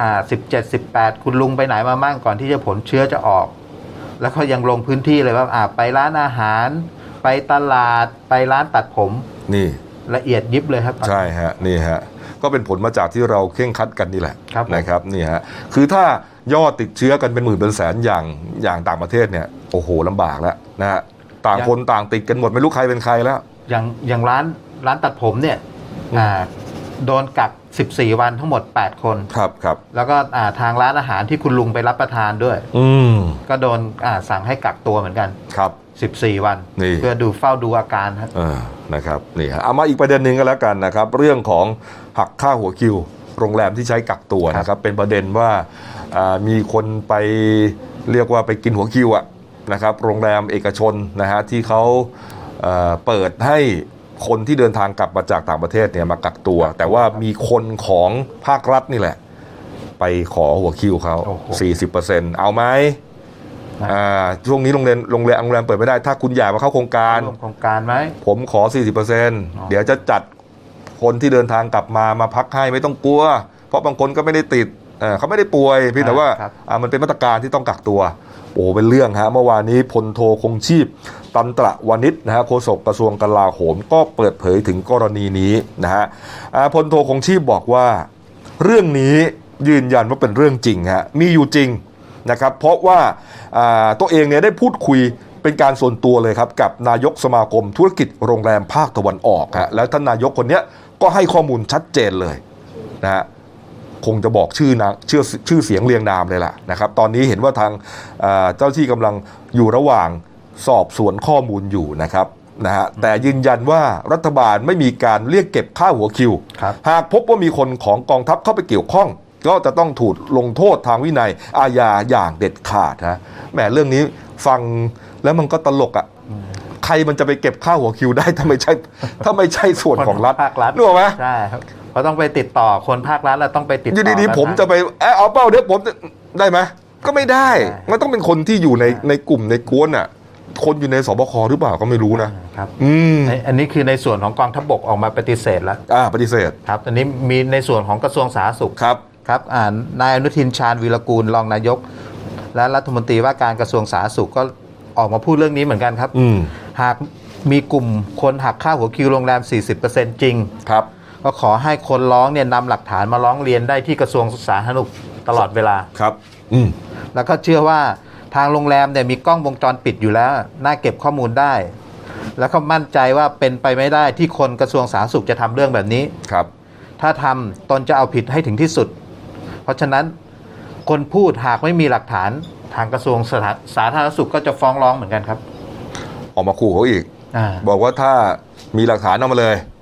17-18คุณลุงไปไหนมามั่งก่อนที่จะผลเชื้อจะออกแล้วเขายังลงพื้นที่เลยว่าไปร้านอาหารไปตลาดไปร้านตัดผมนี่ละเอียดยิบเลยครับใช่ฮะนี่ฮะก็เป็นผลมาจากที่เราเคร่งครัดกันนี่แหละนะครับนี่ฮะคือถ้ายอดติดเชื้อกันเป็นหมื่นเป็นแสนอย่างต่างประเทศเนี่ยโอ้โหลำบากแล้วนะฮะต่างคนต่างติดกันหมดไม่รู้ใครเป็นใครแล้วอย่างร้านตัดผมเนี่ยโดนกัก14 วันทั้งหมด8 คนครับแล้วก็ทางร้านอาหารที่คุณลุงไปรับประทานด้วยก็โดนสั่งให้กักตัวเหมือนกันครับ 14 วันเพื่อเฝ้าดูอาการครับนะครับนี่ฮะเอามาอีกประเด็นหนึ่งก็แล้วกันนะครับเรื่องของหักค่าหัวคิวโรงแรมที่ใช้กักตัวนะครับเป็นประเด็นว่ามีคนไปเรียกว่าไปกินหัวคิวนะครับโรงแรมเอกชนนะฮะที่เขาเปิดให้คนที่เดินทางกลับมาจากต่างประเทศเนี่ยมากักตัวแต่ว่ามีคนของภาครัฐนี่แหละไปขอหัวคิวเขา 40% เอาไหมช่วงนี้โรงแรมเปิดไม่ได้ถ้าคุณอยากมาเข้าโครงการไหมผมขอ 40% เดี๋ยวจะจัดคนที่เดินทางกลับมาพักให้ไม่ต้องกลัวเพราะบางคนก็ไม่ได้ติดเขาไม่ได้ป่วยเพียงแต่ว่ามันเป็นมาตรการที่ต้องกักตัวโอ้เป็นเรื่องฮะเมื่อวานนี้พลโทคงชีพตันตระวณิชนะฮะโฆษกกระทรวงกลาโหมก็เปิดเผยถึงกรณีนี้นะฮะพลโทคงชีพบอกว่าเรื่องนี้ยืนยันว่าเป็นเรื่องจริงฮะมีอยู่จริงนะครับเพราะว่าตัวเองเนี่ยได้พูดคุยเป็นการส่วนตัวเลยครับกับนายกสมาคมธุรกิจโรงแรมภาคตะวันออกฮะแล้วท่านนายกคนนี้ก็ให้ข้อมูลชัดเจนเลยนะฮะคงจะบอกชื่อเสียงเรียงนามเลยล่ะนะครับตอนนี้เห็นว่าทางเจ้าที่กำลังอยู่ระหว่างสอบสวนข้อมูลอยู่นะครับนะฮะแต่ยืนยันว่ารัฐบาลไม่มีการเรียกเก็บค่าหัวคิวหากพบว่ามีคนของกองทัพเข้าไปเกี่ยวข้องก็จะต้องถูกลงโทษทางวินัยอาญาอย่างเด็ดขาดนะแหมเรื่องนี้ฟังแล้วมันก็ตลกใครมันจะไปเก็บค่าหัวคิวได้ถ้าไม่ใช่ส่วนของรัฐนึกออกไหมใช่ครับเขาต้องไปติดต่อคนภาครัฐแล้วต้องไปติดต่ออยู่ดีๆผมจะไปเอาเป้าเดี๋ยวผมได้ไหมก็ไม่ได้มันต้องเป็นคนที่อยู่ในกลุ่มในกวนคนอยู่ในสบคหรือเปล่าก็ไม่รู้นะครับอันนี้คือในส่วนของกองทัพบกออกมาปฏิเสธแล้วปฏิเสธครับอันนี้มีในส่วนของกระทรวงสาธารณสุขครับนายอนุทินชาญวีรกูลรองนายกและรัฐมนตรีว่าการกระทรวงสาธารณสุขก็ออกมาพูดเรื่องนี้เหมือนกันครับหากมีกลุ่มคนหักค่าหัวคิวโรงแรม 40% จริงครับก็ขอให้คนร้องเนี่ยนำหลักฐานมาร้องเรียนได้ที่กระทรวงสาธารณสุขตลอดเวลาครับแล้วก็เชื่อว่าทางโรงแรมเนี่ยมีกล้องวงจรปิดอยู่แล้วน่าเก็บข้อมูลได้แล้วก็มั่นใจว่าเป็นไปไม่ได้ที่คนกระทรวงสาธารณสุขจะทำเรื่องแบบนี้ครับถ้าทำตนจะเอาผิดให้ถึงที่สุดเพราะฉะนั้นคนพูดหากไม่มีหลักฐานทางกระทรวงสาธารณสุขก็จะฟ้องร้องเหมือนกันครับออกมาขู่เขาอีกบอกว่าถ้ามีหลักฐานเอามาเลย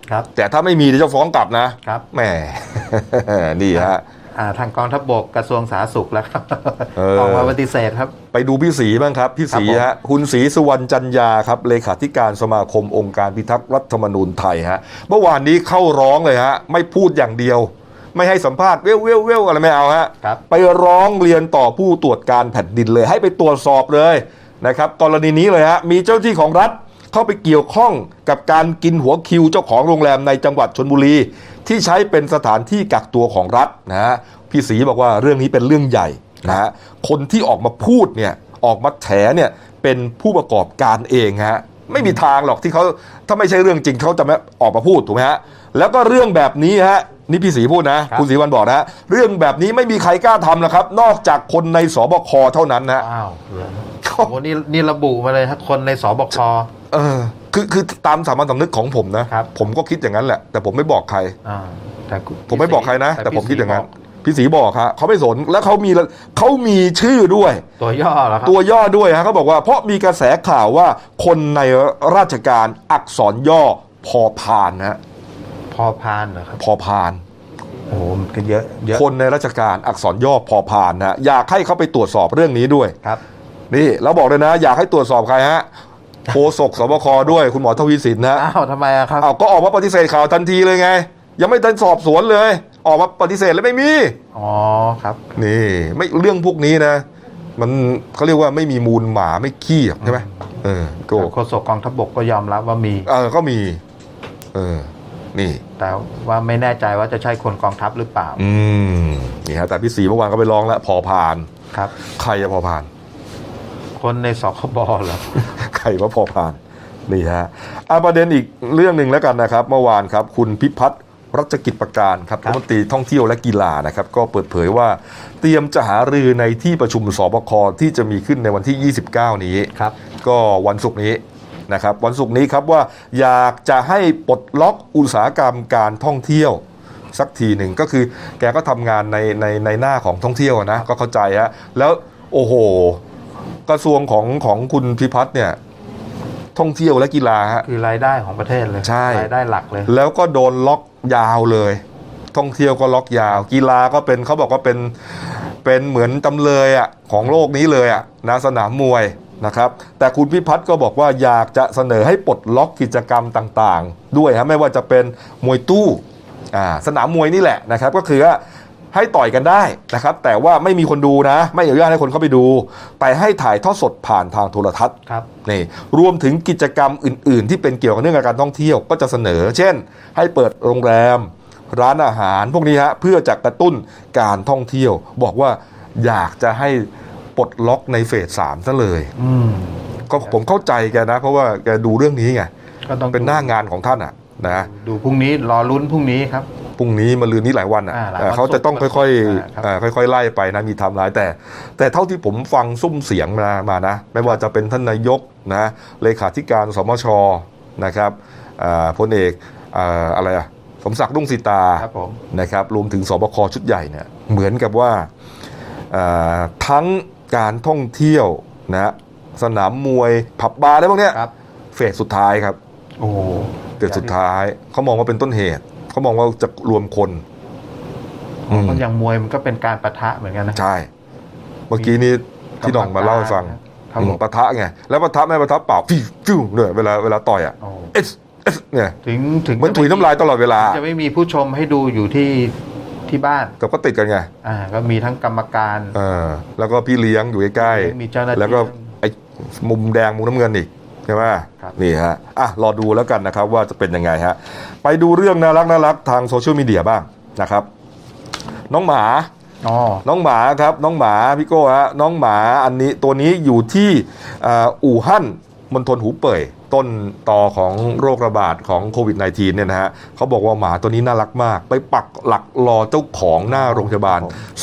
ครับแต่ถ้าไม่มีเดี๋ยวจะฟ้องกลับนะครับ แหม นี่ฮะทางกองทัพบกกระทรวงสาธารณสุขแล้วครับอออกมาปฏิเสธครับไปดูพี่ศรีบ้างครับพี่ศรีครับผมฮะคุณศรีสุวรรณจันยาครับเลขาธิการสมาคมองค์การพิทักษ์รัฐธรรมนูญไทยฮะเมื่อวานนี้เข้าร้องเลยฮะไม่พูดอย่างเดียว ไม่ให้สัมภาษณ์เว้วอะไรไม่เอาฮะครับไปร้องเรียนต่อผู้ตรวจการแผ่นดินเลยให้ไปตรวจสอบเลยนะครับกรณีนี้เลยฮะมีเจ้าหน้าที่ของรัฐเข้าไปเกี่ยวข้องกับการกินหัวคิวเจ้าของโรงแรมในจังหวัดชลบุรีที่ใช้เป็นสถานที่กักตัวของรัฐนะฮะพี่ศรีบอกว่าเรื่องนี้เป็นเรื่องใหญ่นะฮะคนที่ออกมาพูดเนี่ยออกมาแฉเนี่ยเป็นผู้ประกอบการเองฮะไม่มีทางหรอกที่เขาถ้าไม่ใช่เรื่องจริงเขาจะไม่ออกมาพูดถูกไหมฮะแล้วก็เรื่องแบบนี้ฮะนี่พี่ศรีพูดนะคุณศรีวรรณบอกนะเรื่องแบบนี้ไม่มีใครกล้าทำหรอกครับนอกจากคนในสบคเท่านั้นนะอ้าวโอ้โหนี่ระบุมาเลยครับคนในสบคคือตามสามัญสำนึกของผมนะครับ ผมก็คิดอย่างนั้นแหละแต่ผมไม่บอกใครแต่ผมไม่บอกใครนะแต่ผมคิดอย่างนั้นบพี่ศรีบอกครับเขาไม่สนแล้วเขามีชื่อด้วยตัวย่อเหรอครับตัวย่อด้วยฮะเขาบอกว่าเพราะมีกระแสข่าวว่าคนในราชการอักษรย่อพอพานนะพอพานเหรอครับพอพานโอ้โหมันก็เยอะคนในราชการอักษรย่อพอพานนะอยากให้เขาไปตรวจสอบเรื่องนี้ด้วยครับนี่แล้วบอกเลยนะอยากให้ตรวจสอบใครฮะโฆษกสบคด้วยคุณหมอทวีสินนะอ้าวทำไมอะครับก็ออกมาปฏิเสธข่าวทันทีเลยไงยังไม่ทันสอบสวนเลยออกมาปฏิเสธแล้วไม่มีอ๋อครับนี่ไม่เรื่องพวกนี้นะมันเขาเรียกว่าไม่มีมูลหมาไม่ขี้ใช่ไหมโฆษกกองทัพบกก็ยอมรับว่ามีก็มีนี่แต่ว่าไม่แน่ใจว่าจะใช่คนกองทัพหรือเปล่านี่ฮะแต่พี่ศรีเมื่อวานก็ไปร้องแล้วพอพานครับใครจะพอพานคนในสคบเหรอใครว่าพอพานนี่ฮะประเด็นอีกเรื่องหนึ่งแล้วกันนะครับเมื่อวานครับคุณพิพัฒน์รัชกิจประการครับรัฐมนตรีท่องเที่ยวและกีฬานะครับก็เปิดเผยว่าเตรียมจะหารือในที่ประชุมสบคที่จะมีขึ้นในวันที่29นี้ครับก็วันศุกร์นี้นะครับวันศุกร์นี้ครับว่าอยากจะให้ปลดล็อกอุตสาหกรรมการท่องเที่ยวสักทีหนึ่งก็คือแกก็ทำงานในหน้าของท่องเที่ยวนะก็เข้าใจฮะแล้วโอ้โหกระทรวงของคุณพิพัฒน์เนี่ยท่องเที่ยวและกีฬาฮะคือรายได้ของประเทศเลยใช่รายได้หลักเลยแล้วก็โดนล็อกยาวเลยท่องเที่ยวก็ล็อกยาวกีฬาก็เป็นเขาบอกว่าเป็นเหมือนจำเลยของโลกนี้เลยนะสนามมวยนะครับแต่คุณพิพัฒน์ก็บอกว่าอยากจะเสนอให้ปลดล็อกกิจกรรมต่างๆด้วยไม่ว่าจะเป็นมวยตู้สนามมวยนี่แหละนะครับก็คือให้ต่อยกันได้นะครับแต่ว่าไม่มีคนดูนะไม่อนุญาตให้คนเข้าไปดูแต่ให้ถ่ายทอดสดผ่านทางโทรทัศน์นี่รวมถึงกิจกรรมอื่นๆที่เป็นเกี่ยวกับเรื่องการท่องเที่ยวก็จะเสนอเช่นให้เปิดโรงแรมร้านอาหารพวกนี้เพื่อจะกระตุ้นการท่องเที่ยวบอกว่าอยากจะให้ปลดล็อกในเฟส 3ซะเลยก็ผมเข้าใจแกนะเพราะว่าแกดูเรื่องนี้ไงก็ต้องเป็นหน้างานของท่านนะดูพรุ่งนี้รอลุ้นพรุ่งนี้ครับพรุ่งนี้มะรืนนี้หลายวันเขาจะต้องค่อยๆไล่ไปนะมีไทม์ไลน์แต่เท่าที่ผมฟังซุ้มเสียงมานะไม่ว่าจะเป็นท่านนายกนะเลขาธิการสมชนะครับพลเอกอะไรสมศักดิ์รุ่งสีตานะครับรวมถึงสบคชุดใหญ่เนี่ยเหมือนกับว่าทั้งการท่องเที่ยวนะสนามมวยผับบาร์อะไรพวกเนี้ยเฟสสุดท้ายครับโอ้เฟสสุดท้ายเขามองว่าเป็นต้นเหตุเขามองว่าจะรวมคนเพราะอย่างมวยมันก็เป็นการปะทะเหมือนกันนะใช่เมื่อกี้นี้ที่น้องมาเล่าให้ฟังปะทะไงแล้วปะทะไม่ปะทะเปล่าฟิวเนี่ยเวลาต่อยเนี่ยถึงมันถุยน้ำลายตลอดเวลาจะไม่มีผู้ชมให้ดูอยู่ที่บ้านแต่ก็ติดกันไงก็มีทั้งกรรมการแล้วก็พี่เลี้ยงอยู่ใกล้ๆแล้วก็ไอ้มุมแดงมุมน้ำเงินอีกใช่ไหมนี่ฮะรอดูแล้วกันนะครับว่าจะเป็นยังไงฮะไปดูเรื่องน่ารักทางโซเชียลมีเดียบ้างนะครับน้องหมาครับน้องหมาพี่โก้ฮะน้องหมาอันนี้ตัวนี้อยู่ที่อู่ฮั่นมณฑลหูเป่ยต้นตอของโรคระบาดของโควิด -19 เนี่ยนะฮะเขาบอกว่าหมาตัวนี้น่ารักมากไปปักหลักรอเจ้าของหน้าโรงพยาบาล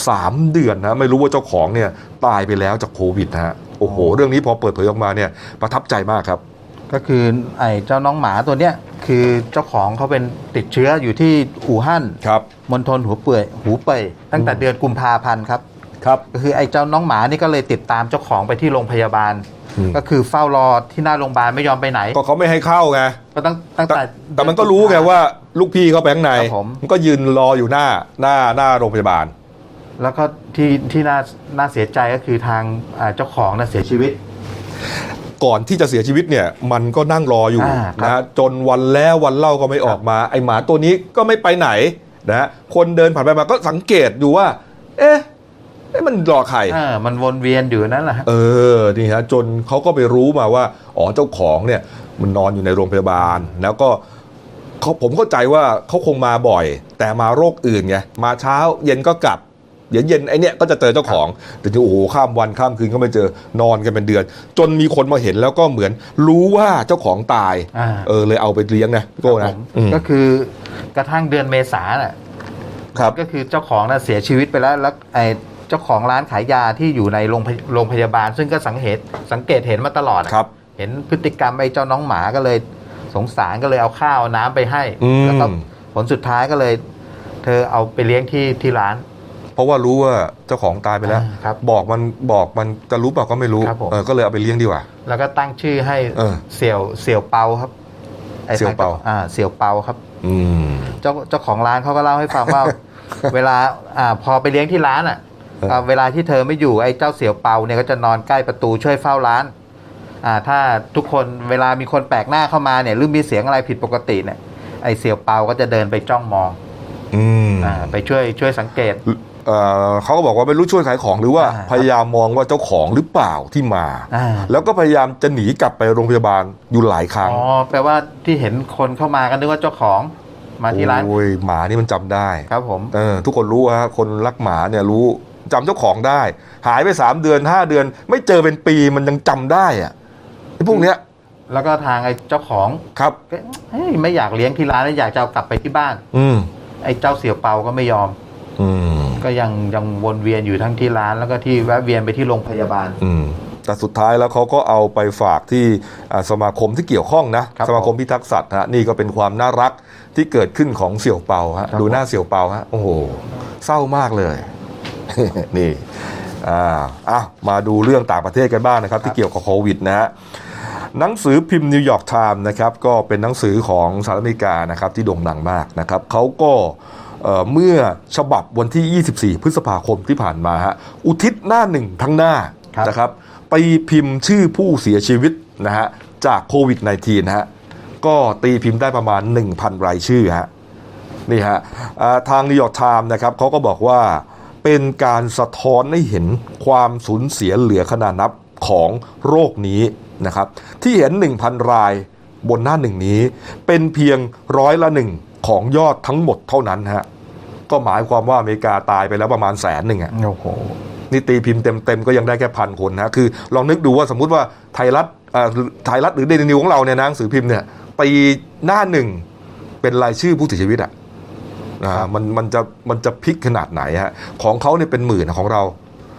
3 เดือนนะไม่รู้ว่าเจ้าของเนี่ยตายไปแล้วจากโควิดนะฮะโอ้โหเรื่องนี้พอเปิดเผยออกมาเนี่ยประทับใจมากครับก็คือไอ้เจ้าน้องหมาตัวเนี้ยคือเจ้าของเขาเป็นติดเชื้ออยู่ที่อู่ฮั่นมณฑลหูเป่ยตั้งแต่เดือนกุมภาพันธ์ครับก็คือไอ้เจ้าน้องหมานี่ก็เลยติดตามเจ้าของไปที่โรงพยาบาลก็คือเฝ้ารอที่หน้าโรงพยาบาลไม่ยอมไปไหนก็เขาไม่ให้เข้าไงก็ตั้งแต่มันก็รู้ไงว่าลูกพี่เขาไปข้างในมันก็ยืนรออยู่หน้าโรงพยาบาลแล้วก็ที่น่าเสียใจก็คือทางเจ้าของเสียชีวิตก่อนที่จะเสียชีวิตเนี่ยมันก็นั่งรออยู่นะจนวันแล้ววันเล่าก็ไม่ออกมาไอหมาตัวนี้ก็ไม่ไปไหนนะคนเดินผ่านไปมาก็สังเกตอยู่ว่าเอ๊ะมันรอใครมันวนเวียนอยู่นั่นแหละนี่ฮะจนเขาก็ไปรู้มาว่าอ๋อเจ้าของเนี่ยมันนอนอยู่ในโรงพยาบาลแล้วก็ผมเข้าใจว่าเขาคงมาบ่อยแต่มาโรคอื่นไงมาเช้าเย็นก็กลับเย็นไอเนี้ยก็จะเจอเจ้าของแต่โอ้โหข้ามวันข้ามคืนก็ไม่เจอนอนกันเป็นเดือนจนมีคนมาเห็นแล้วก็เหมือนรู้ว่าเจ้าของตายเลยเอาไปเลี้ยงนะพี่โก้นะก็คือกระทั่งเดือนเมษาน่ะก็คือเจ้าของน่ะเสียชีวิตไปแล้วไอเจ้าของร้านขายยาที่อยู่ในโรงพยาบาลซึ่งก็สังเกตเห็นมาตลอดเห็นพฤติกรรมไอ้เจ้าน้องหมาก็เลยสงสารก็เลยเอาข้าวน้ำไปให้แล้วก็ผลสุดท้ายก็เลยเธอเอาไปเลี้ยงที่ร้านเพราะว่ารู้ว่าเจ้าของตายไปแล้วบอกมันจะรู้เปล่าก็ไม่รู้ก็เลยเอาไปเลี้ยงดีกว่าแล้วก็ตั้งชื่อให้เสี่ยวเปาครับเสี่ยวเปาเสี่ยวเปาครับเจ้าของร้านเขาก็เล่าให้ฟังว่าเวลาพอไปเลี้ยงที่ร้านเวลาที่เธอไม่อยู่ไอ้เจ้าเสี่ยวเปาเนี่ยก็จะนอนใกล้ประตูช่วยเฝ้าร้านถ้าทุกคนเวลามีคนแปลกหน้าเข้ามาเนี่ยหรือมีเสียงอะไรผิดปกติเนี่ยไอ้เสี่ยวเปาก็จะเดินไปจ้องมองไปช่วยสังเกตเขาก็บอกว่าไม่รู้ช่วยขายของหรือว่าพยายามมองว่าเจ้าของหรือเปล่าที่มาแล้วก็พยายามจะหนีกลับไปโรงพยาบาลอยู่หลายครั้งแปลว่าที่เห็นคนเข้ามากันนึกว่าเจ้าของมาที่ร้านโอ้ยหมานี่มันจำได้ครับผมทุกคนรู้ว่าคนรักหมาเนี่ยรู้จำเจ้าของได้หายไป3 เดือน 5 เดือนไม่เจอเป็นปีมันยังจำได้อะไอ้พวกเนี้ยแล้วก็ทางไอ้เจ้าของครับไม่อยากเลี้ยงที่ร้านแล้วอยากจะเอากลับไปที่บ้านไอ้เจ้าเสี่ยวเปาก็ไม่ยอมก็ยังวนเวียนอยู่ทั้งที่ร้านแล้วก็ที่แวะเวียนไปที่โรงพยาบาลแต่สุดท้ายแล้วเขาก็เอาไปฝากที่สมาคมที่เกี่ยวข้องนะสมาคมพิทักษ์สัตว์ฮะนี่ก็เป็นความน่ารักที่เกิดขึ้นของเสี่ยวเปาฮะดูหน้าเสี่ยวเปาฮะโอ้โหเศร้ามากเลย นี่มาดูเรื่องต่างประเทศกันบ้างนะครับที่เกี่ยวกับโควิดนะฮะหนังสือพิมพ์นิวยอร์กไทม์นะครับก็เป็นหนังสือของสหรัฐอเมริกานะครับที่โด่งดังมากนะครับเขาก็เมื่อฉบับวันที่24พฤษภาคมที่ผ่านมาฮะอุทิศหน้าหนึ่งทั้งหน้านะครับตีพิมพ์ชื่อผู้เสียชีวิตนะฮะจากโควิด -19 นะฮะก็ตีพิมพ์ได้ประมาณ 1,000 รายชื่อฮะนี่ฮะทางนิวยอร์กไทม์นะครับเขาก็บอกว่าเป็นการสะท้อนให้เห็นความสูญเสียเหลือขนาดนับของโรคนี้นะครับที่เห็น 1,000 รายบนหน้าหนึ่งนี้เป็นเพียง1%ของยอดทั้งหมดเท่านั้นฮะก็หมายความว่าอเมริกาตายไปแล้วประมาณ100,000อ่ะโอ้โหนี่ตีพิมพ์เต็มก็ยังได้แค่1,000 คนนะคือลองนึกดูว่าสมมุติว่าไทยรัฐหรือเดลินิวของเราเนี่ยหนังสือพิมพ์เนี่ยตีหน้าหนึ่งเป็นรายชื่อผู้เสียชีวิตมันจะพลิกขนาดไหนฮะของเขาเนี่ยเป็นหมื่นของเรา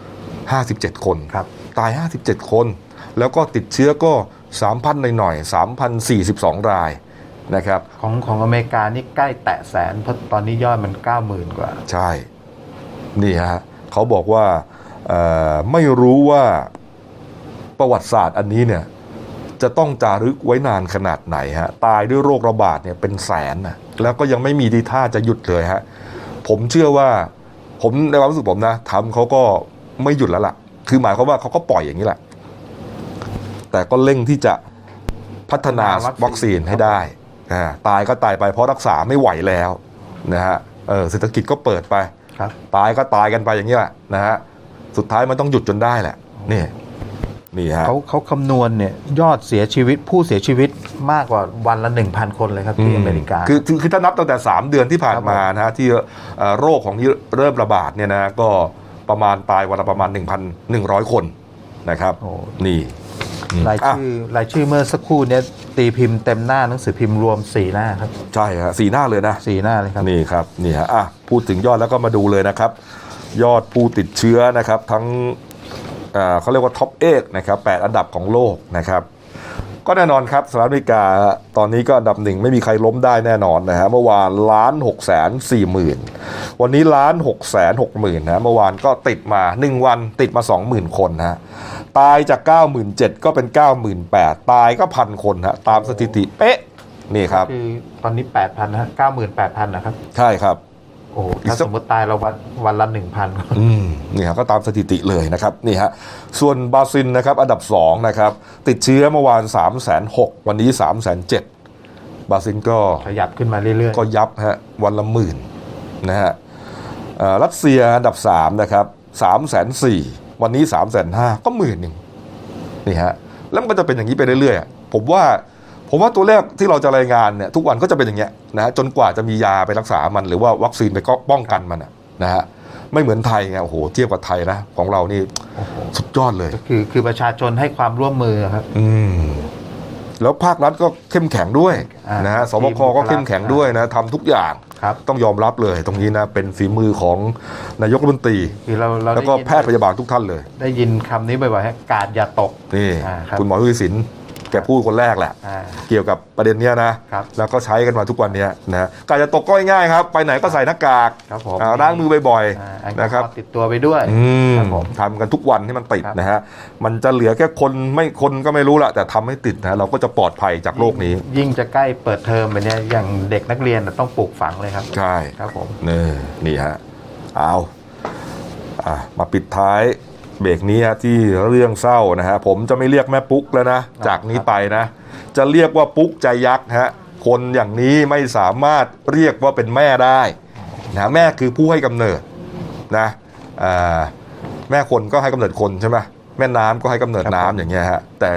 57 คนตาย57 คนแล้วก็ติดเชื้อก็ 3,000 หน่อยๆ 3,042 รายนะครับของอเมริกานี่ใกล้แตะแสนเพราะตอนนี้ยอดมัน 90,000 กว่าใช่นี่ฮะเขาบอกว่าไม่รู้ว่าประวัติศาสตร์อันนี้เนี่ยจะต้องจารึกไว้นานขนาดไหนฮะตายด้วยโรคระบาดเนี่ยเป็นแสนนะแล้วก็ยังไม่มีทีท่าจะหยุดเลยฮะผมเชื่อว่าผมในความรู้สึกผมนะทำเขาก็ไม่หยุดแล้วล่ะคือหมายความว่าเขาก็ปล่อยอย่างนี้แหละแต่ก็เร่งที่จะพัฒนาวัคซีนให้ได้ตายก็ตายไปเพราะรักษาไม่ไหวแล้วนะฮะเศรษฐกิจก็เปิดไปตายก็ตายกันไปอย่างนี้แหละนะฮะสุดท้ายมันต้องหยุดจนได้แหละนี่ฮะเขาคำนวณเนี่ยยอดเสียชีวิตผู้เสียชีวิตมากกว่าวันละ 1,000 คนเลยครับที่อเมริกาคือถ้านับตั้งแต่3 เดือนที่ผ่านมานะฮะที่โรคของนี้เริ่มระบาดเนี่ยนะก็ประมาณตายวันละประมาณ 1,100 คนนะครับนี่รายชื่อเมื่อสักครู่เนี่ยตีพิมพ์เต็มหน้าหนังสือพิมพ์รวม4 หน้าครับใช่ครับ4 หน้าเลยนะ 4 หน้าเลยครับนี่ครับนี่ฮะพูดถึงยอดแล้วก็มาดูเลยนะครับยอดผู้ติดเชื้อนะครับทั้งเขาเรียกว่าท็อป8นะครับ8 อันดับของโลกนะครับก็แน่นอนครับสหรัฐอเมริกาตอนนี้ก็อันดับ1ไม่มีใครล้มได้แน่นอนนะฮะเมื่อวาน 1,640,000 วันนี้ 1,660,000 นะเมื่อวานก็ติดมา1 วันติดมา 20,000 คนนะตายจาก 97,000 ก็เป็น 98,000 ตายก็1,000 คนฮะตามสถิติเป๊ะนี่ครับคือตอนนี้ 8,000 นะ 98,000 นะครับใช่ครับโอ้ถ้าสมมติตายเราวันละ 1,000 นี่ฮะก็ตามสถิติเลยนะครับนี่ฮะส่วนบราซิลนะครับอันดับ2นะครับติดเชื้อเมื่อวาน 360,000 วันนี้ 370,000 บราซิลก็ขยับขึ้นมาเรื่อยๆก็ยับฮะวันละ10,000นะฮะรัสเซียอันดับ3นะครับ 340,000 วันนี้ 350,000 ก็10,000นี่ฮะแล้วมันก็จะเป็นอย่างนี้ไปเรื่อยๆผมว่าตัวเลขที่เราจะรายงานเนี่ยทุกวันก็จะเป็นอย่างเงี้ยนะฮะจนกว่าจะมียาไปรักษามันหรือว่าวัคซีนไปก็ป้องกันมันนะฮะไม่เหมือนไทยไงโอ้โหเทียบกับไทยนะของเรานี่สุดยอดเลยคือประชาชนให้ความร่วมมือครับแล้วภาครัฐก็เข้มแข็งด้วยนะฮะสบคก็เข้มแข็งด้วยนะทำทุกอย่างต้องยอมรับเลยตรงนี้นะเป็นฝีมือของนายกรัฐมนตรีแล้วก็แพทย์พยาบาลทุกท่านเลยได้ยินคำนี้บ่อยๆฮะกาดอย่าตกนี่คุณหมอทวีสินแกพูดคนแรกแหละเกี่ยวกับประเด็นนี้นะแล้วก็ใช้กันมาทุกวันนี้นะการจะตกก็ง่ายครับไปไหนก็ใส่หน้ากากล้างมือบ่อยๆนะครับติดตัวไปด้วยทำกันทุกวันให้มันติดนะฮะมันจะเหลือแค่คนก็ไม่รู้ละแต่ทำให้ติดนะเราก็จะปลอดภัยจากโรคนี้ยิ่งจะใกล้เปิดเทอมไปเนี่ยอย่างเด็กนักเรียนต้องปลูกฝังเลยครับใช่ครับผมนี่ฮะเอามาปิดท้ายเบรกนี้ที่เรื่องเศร้านะฮะผมจะไม่เรียกแม่ปุ๊กแล้วนะจากนี้ไปนะจะเรียกว่าปุ๊กใจยักษ์ฮะคนอย่างนี้ไม่สามารถเรียกว่าเป็นแม่ได้นะแม่คือผู้ให้กำเนิดนะแม่คนก็ให้กำเนิดคนใช่ไหมแม่น้ำก็ให้กำเนิดน้ำอย่างเงี้ยฮะแต่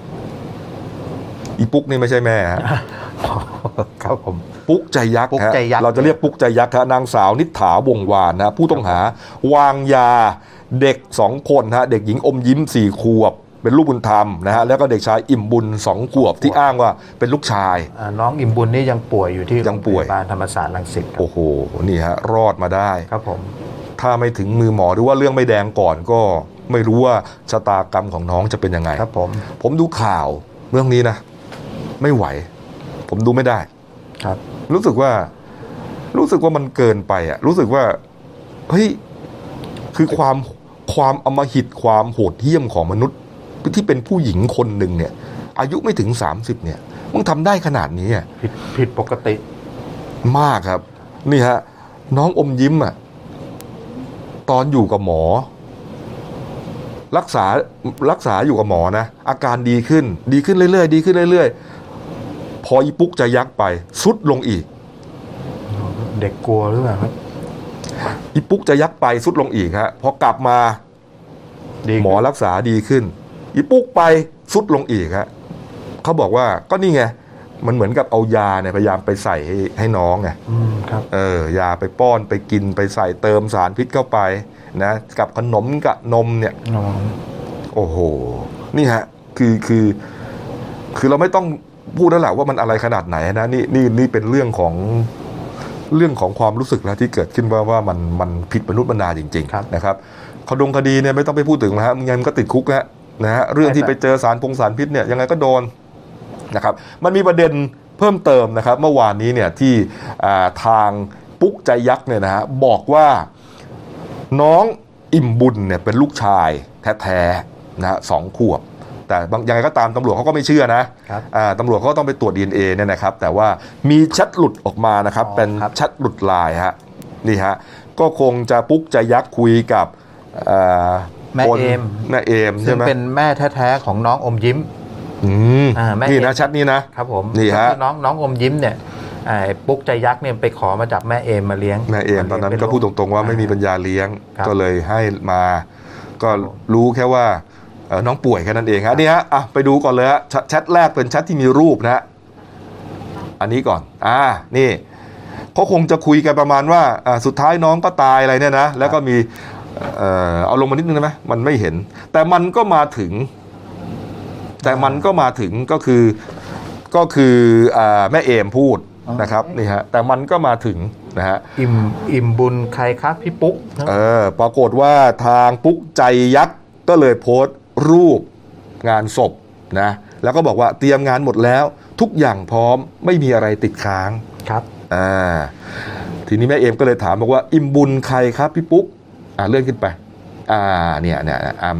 อีปุ๊กนี่ไม่ใช่แม่ฮะครับผมปุ๊กใจยักษ์ฮะเราจะเรียกปุ๊กใจยักษ์ฮะนางสาวนิษฐาวงศ์วานนะผู้ต้องหาวางยาเด็ก2คนฮะเด็กหญิงอมยิ้ม4 ขวบเป็นลูกบุญธรรมนะฮะแล้วก็เด็กชายอิ่มบุญ2 ขวบที่อ้างว่าเป็นลูกชายน้องอิ่มบุญนี่ยังป่วยอยู่ที่โรงพยาบาลธรรมศาสตร์รังสิตโอ้โหนี่ฮะรอดมาได้ครับผมถ้าไม่ถึงมือหมอหรือว่าเรื่องไม่แดงก่อนก็ไม่รู้ว่าชะตากรรมของน้องจะเป็นยังไงครับผมดูข่าวเรื่องนี้นะไม่ไหวผมดูไม่ได้ครับรู้สึกว่ามันเกินไปอ่ะรู้สึกว่าเฮ้ยคือความอำมหิตความโหดเหี้ยมของมนุษย์ที่เป็นผู้หญิงคนหนึ่งเนี่ยอายุไม่ถึง30เนี่ยมึงทำได้ขนาดนี้ผิดปกติมากครับนี่ฮะน้องอมยิ้มอ่ะตอนอยู่กับหมอรักษาอยู่กับหมอนะอาการดีขึ้นเรื่อยๆพออีปุ๊กจะยักไปสุดลงอีกเด็กกลัวหรือเปล่าครับอีปุ๊กจะยักไปสุดลงอีกฮะพอกลับมาหมอรักษาดีขึ้นอีปุ๊กไปสุดลงอีกฮะเขาบอกว่าก็นี่ไงมันเหมือนกับเอายาเนี่ยพยายามไปใส่ให้น้องไงครับยาไปป้อนไปกินไปใส่เติมสารพิษเข้าไปนะกับขนมกับนมเนี่ยโอ้โหนี่ฮะคือเราไม่ต้องพูดแล้วแหละว่ามันอะไรขนาดไหนนะนี่เป็นเรื่องของความรู้สึกแล้วที่เกิดขึ้นว่ามันผิดมนุษย์มนาจริงๆนะครับคดีเนี่ยไม่ต้องไปพูดถึงนะฮะยังก็ติดคุกแล้วนะฮะเรื่องที่ไปเจอสารพิษเนี่ยยังไงก็โดนนะครับมันมีประเด็นเพิ่มเติมนะครับเมื่อวานนี้เนี่ยที่ทางปุ๊กใจยักษ์เนี่ยนะฮะบอกว่าน้องอิ่มบุญเนี่ยเป็นลูกชายแท้ๆนะฮะ2 ขวบแต่ยังไงก็ตามตำรวจเขาก็ไม่เชื่อนะตำรวจเขาต้องไปตรวจ DNA เนี่ยนะครับแต่ว่ามีแชทหลุดออกมานะครับเป็นแชทหลุดไลน์ฮะนี่ฮะก็คงจะปุ๊กใจยักษ์คุยกับแม่เอมใช่ไหมเป็นแม่แท้ๆของน้องอมยิ้มนี่นะแชทนี้นะครับผมนี่ฮะน้องอมยิ้มเนี่ยปุ๊กใจยักษ์เนี่ยไปขอมาจากแม่เอมมาเลี้ยงแม่เอมตอนนั้นก็พูดตรงๆว่าไม่มีปัญญาเลี้ยงก็เลยให้มาก็รู้แค่ว่าน้องป่วยแค่นั้นเองฮะนี่ฮะไปดูก่อนเลยฮะแชทแรกเป็นแชทที่มีรูปนะฮะอันนี้ก่อนนี่เขาคงจะคุยกันประมาณว่าสุดท้ายน้องก็ตายอะไรเนี่ยนะแล้วก็มีเอาลงมานิดนึงได้ไหมมันไม่เห็นแต่มันก็มาถึงก็คือแม่เอมพูดนะครับนี่ฮะแต่มันก็มาถึงนะฮะอิ่มบุญใครครับพี่ปุ๊กปรากฏว่าทางปุ๊กใจยักษ์ก็เลยโพสต์รูปงานศพนะแล้วก็บอกว่าเตรียมงานหมดแล้วทุกอย่างพร้อมไม่มีอะไรติดค้างครับทีนี้แม่เอมก็เลยถามบอกว่าอิ่มบุญใครครับพี่ปุ๊กเลื่อนขึ้นไปเนี่ยมา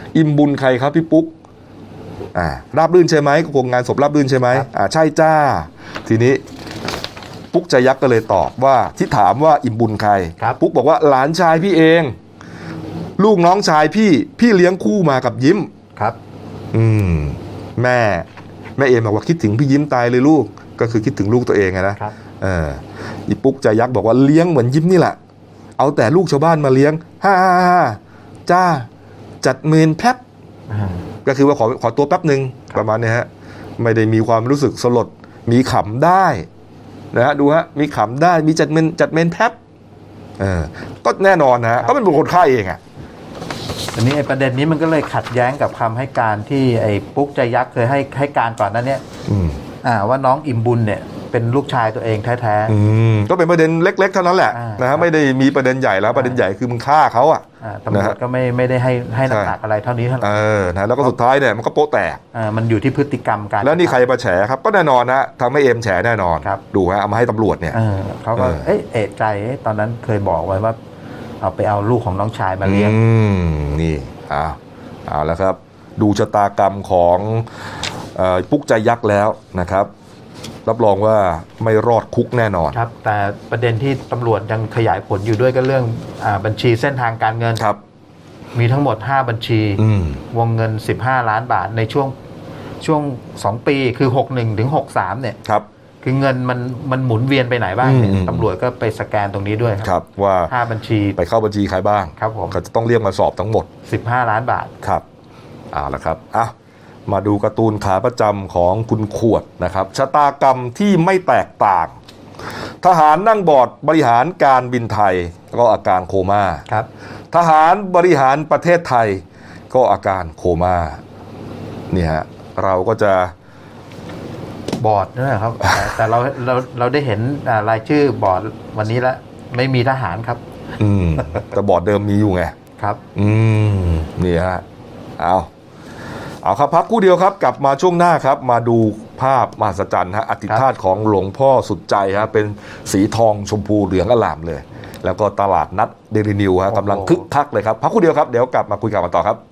อิ่มบุญใครครับพี่ปุ๊กราบรื่นใช่ไหมคงงานศพราบรื่นใช่ไหมใช่จ้าทีนี้ปุ๊กใจยักษ์ก็เลยตอบว่าที่ถามว่าอิ่มบุญใครปุ๊กบอกว่าหลานชายพี่เองลูกน้องชายพี่เลี้ยงคู่มากับยิ้มครับแม่เอมบอกว่าคิดถึงพี่ยิ้มตายเลยลูกก็คือคิดถึงลูกตัวเองนะครับอีปุ๊กใจยักษ์บอกว่าเลี้ยงเหมือนยิ้มนี่แหละเอาแต่ลูกชาวบ้านมาเลี้ยงจ้าจัดเมนแป๊บก็คือว่าขอตัวแป๊บหนึ่งประมาณนี้ฮะไม่ได้มีความรู้สึกสลดมีขำได้นะฮะดูฮะมีขำได้มีจัดเมนแป๊บก็แน่นอนนะก็เป็นบุคคลฆ่าเองอ่ะอันนี้ไอ้ประเด็นนี้มันก็เลยขัดแย้งกับคำให้การที่ไอ้ปุ๊กใจยักษ์เคยให้การก่อนนั้นเนี่ยว่าน้องอิ่มบุญเนี่ยเป็นลูกชายตัวเองแท้ๆก็เป็นประเด็นเล็กๆเท่านั้นแหละนะฮะไม่ได้มีประเด็นใหญ่แล้วประเด็นใหญ่คือมึงฆ่าเขาอ่ะตำรวจก็ไม่ได้ให้น้ำหนักอะไรเท่านี้นะแล้วก็สุดท้ายเนี่ยมันก็โป๊ะแตกมันอยู่ที่พฤติกรรมการแล้วนี่ใครมาแฉครับก็แน่นอนนะทำให้เอ็มแฉแน่นอนดูฮะเอามาให้ตำรวจเนี่ยเขาก็เอะใจตอนนั้นเคยบอกไว้ว่าเอาลูกของน้องชายมาเลี้ยงนี่เอาแล้วครับดูชะตากรรมของปุ๊กใจยักษ์แล้วนะครับรับรองว่าไม่รอดคุกแน่นอนครับแต่ประเด็นที่ตำรวจยังขยายผลอยู่ด้วยก็เรื่องบัญชีเส้นทางการเงินครับมีทั้งหมด5บัญชีวงเงิน15ล้านบาทในช่วง2ปีคือ61ถึง63เนี่ยครับคือเงินมันหมุนเวียนไปไหนบ้างเนี่ยตำรวจก็ไปสแกนตรงนี้ด้วยครับว่า 5บัญชีไปเข้าบัญชีใครบ้างครับผมก็จะต้องเรียกมาสอบทั้งหมด 15ล้านบาทครับเอาละครับมาดูการ์ตูนขาประจำของคุณขวดนะครับชะตากรรมที่ไม่แตกต่างทหารนั่งบอร์ดบริหารการบินไทยก็อาการโคม่าครับทหารบริหารประเทศไทยก็อาการโคม่านี่ฮะเราก็จะบอร์ดนะครับ แต่เราได้เห็นรายชื่อบอร์ดวันนี้แล้วไม่มีทหารครับแต่บอร์ดเดิมมีอยู่ไงครับนี่ฮะเอาครับพักคู่เดียวครับกลับมาช่วงหน้าครับมาดูภาพมหัศจรรย์ฮะอธิษฐานของหลวงพ่อสุดใจฮะเป็นสีทองชมพูเหลืองอลามเลยแล้วก็ตลาดนัดเดลินิวฮะกำลังคึกคักเลยครับพักคู่เดียวครับเดี๋ยวกลับมาคุยกันต่อครับ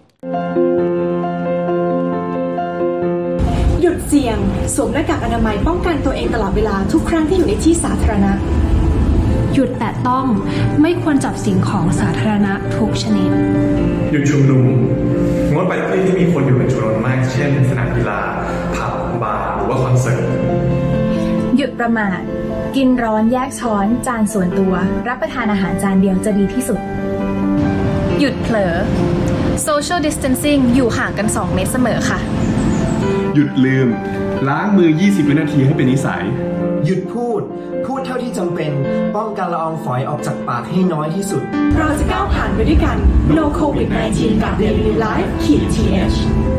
หยุดเสี่ยงสวมหน้ากากอนามัยป้องกันตัวเองตลอดเวลาทุกครั้งที่อยู่ในที่สาธารณะหยุดแตะต้องไม่ควรจับสิ่งของสาธารณะทุกชนิดหยุดชุมนุมงดไปที่ที่มีคนอยู่เป็นจำนวนมากเช่นสนามกีฬาผับบาร์หรือว่าคอนเสิร์ตหยุดประมาทกินร้อนแยกช้อนจานส่วนตัวรับประทานอาหารจานเดียวจะดีที่สุดหยุดเผลอ Social Distancing อยู่ห่างกัน2 เมตรเสมอค่ะหยุดลืมล้างมือ20วินาทีให้เป็นนิสัยหยุดพูดเท่าที่จำเป็นป้องกันละอองฝอยออกจากปากให้น้อยที่สุดเราจะก้าวผ่านไปด้วยกัน No COVID-19 กับ Daily Life /TH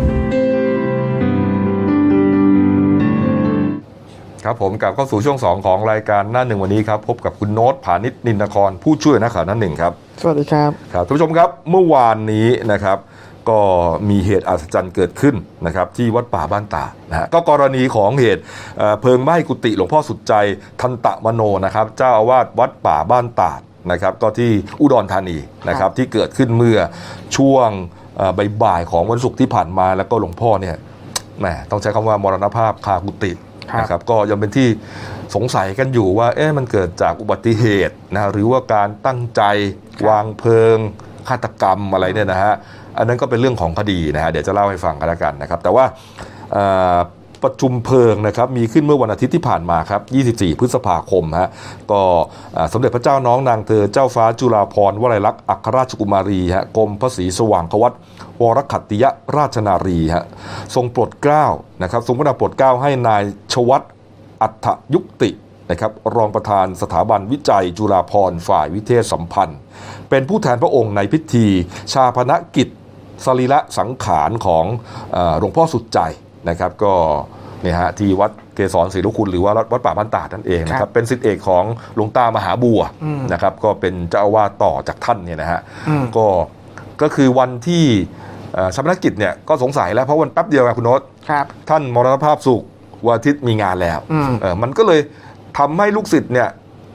ครับผมกลับเข้าสู่ช่วง2ของรายการหน้าหนึ่งวันนี้ครับพบกับคุณโน้ตผานิชนินนครผู้ช่วยนักข่าวหน้าหนึ่งครับสวัสดีครับครับท่านผู้ชมครับเมื่อวานนี้นะครับก็มีเหตุอัศจรรย์เกิดขึ้นนะครับที่วัดป่าบ้านตาดนะฮะก็กรณีของเหตุเพลิงไหม้กุฏิหลวงพ่อสุดใจทันตะมโนนะครับเจ้าอาวาสวัดป่าบ้านตาดนะครับก็ที่อุดรธานีนะครับที่เกิดขึ้นเมื่อช่วงบ่ายๆของวันศุกร์ที่ผ่านมาแล้วก็หลวงพ่อเนี่ยแหมต้องใช้คำว่ามรณภาพคากุฏินะครับก็ยังเป็นที่สงสัยกันอยู่ว่ามันเกิดจากอุบัติเหตุนะหรือว่าการตั้งใจวางเพลิงฆาตกรรมอะไรเนี่ยนะฮะอันนั้นก็เป็นเรื่องของคดีนะฮะเดี๋ยวจะเล่าให้ฟังกันแล้วกันนะครับแต่ว่าประชุมเพลิงนะครับมีขึ้นเมื่อวันอาทิตย์ที่ผ่านมาครับ24พฤษภาคมฮะก็สมเด็จพระเจ้าน้องนางเธอเจ้าฟ้าจุฬาภรณ์วลัยลักษณ์อัครราชกุมารีฮะกรมพระศรีสว่างควัตรวรขัตติยราชนารีฮะทรงโปรดเกล้านะครับทรงพระนามโปรดเกล้าให้นายชวัฒน์อัฏฐยุคตินะครับรองประธานสถาบันวิจัยจุฬาภรณ์ฝ่ายวิเทศสัมพันธ์เป็นผู้แทนพระองค์ในพิธีชาปนกิจสรีระสังขารของหลวงพ่อสุดใจนะครับก็เนี่ยฮะที่วัดเกษรศรีรุคุณหรือว่าวัดป่าบ้านตาดนั่นเองนะครับเป็นศิษย์เอกของหลวงตามหาบัวนะครับก็เป็นเจ้าอาวาสต่อจากท่านเนี่ยนะฮะก็คือวันที่ชาปนกิจเนี่ยก็สงสัยแล้วเพราะวันแป๊บเดียวไงคุณโน้ตท่านมรณภาพสุขวันอาทิตย์มีงานแล้วมันก็เลยทำให้ลูกศิษย์เนี่ย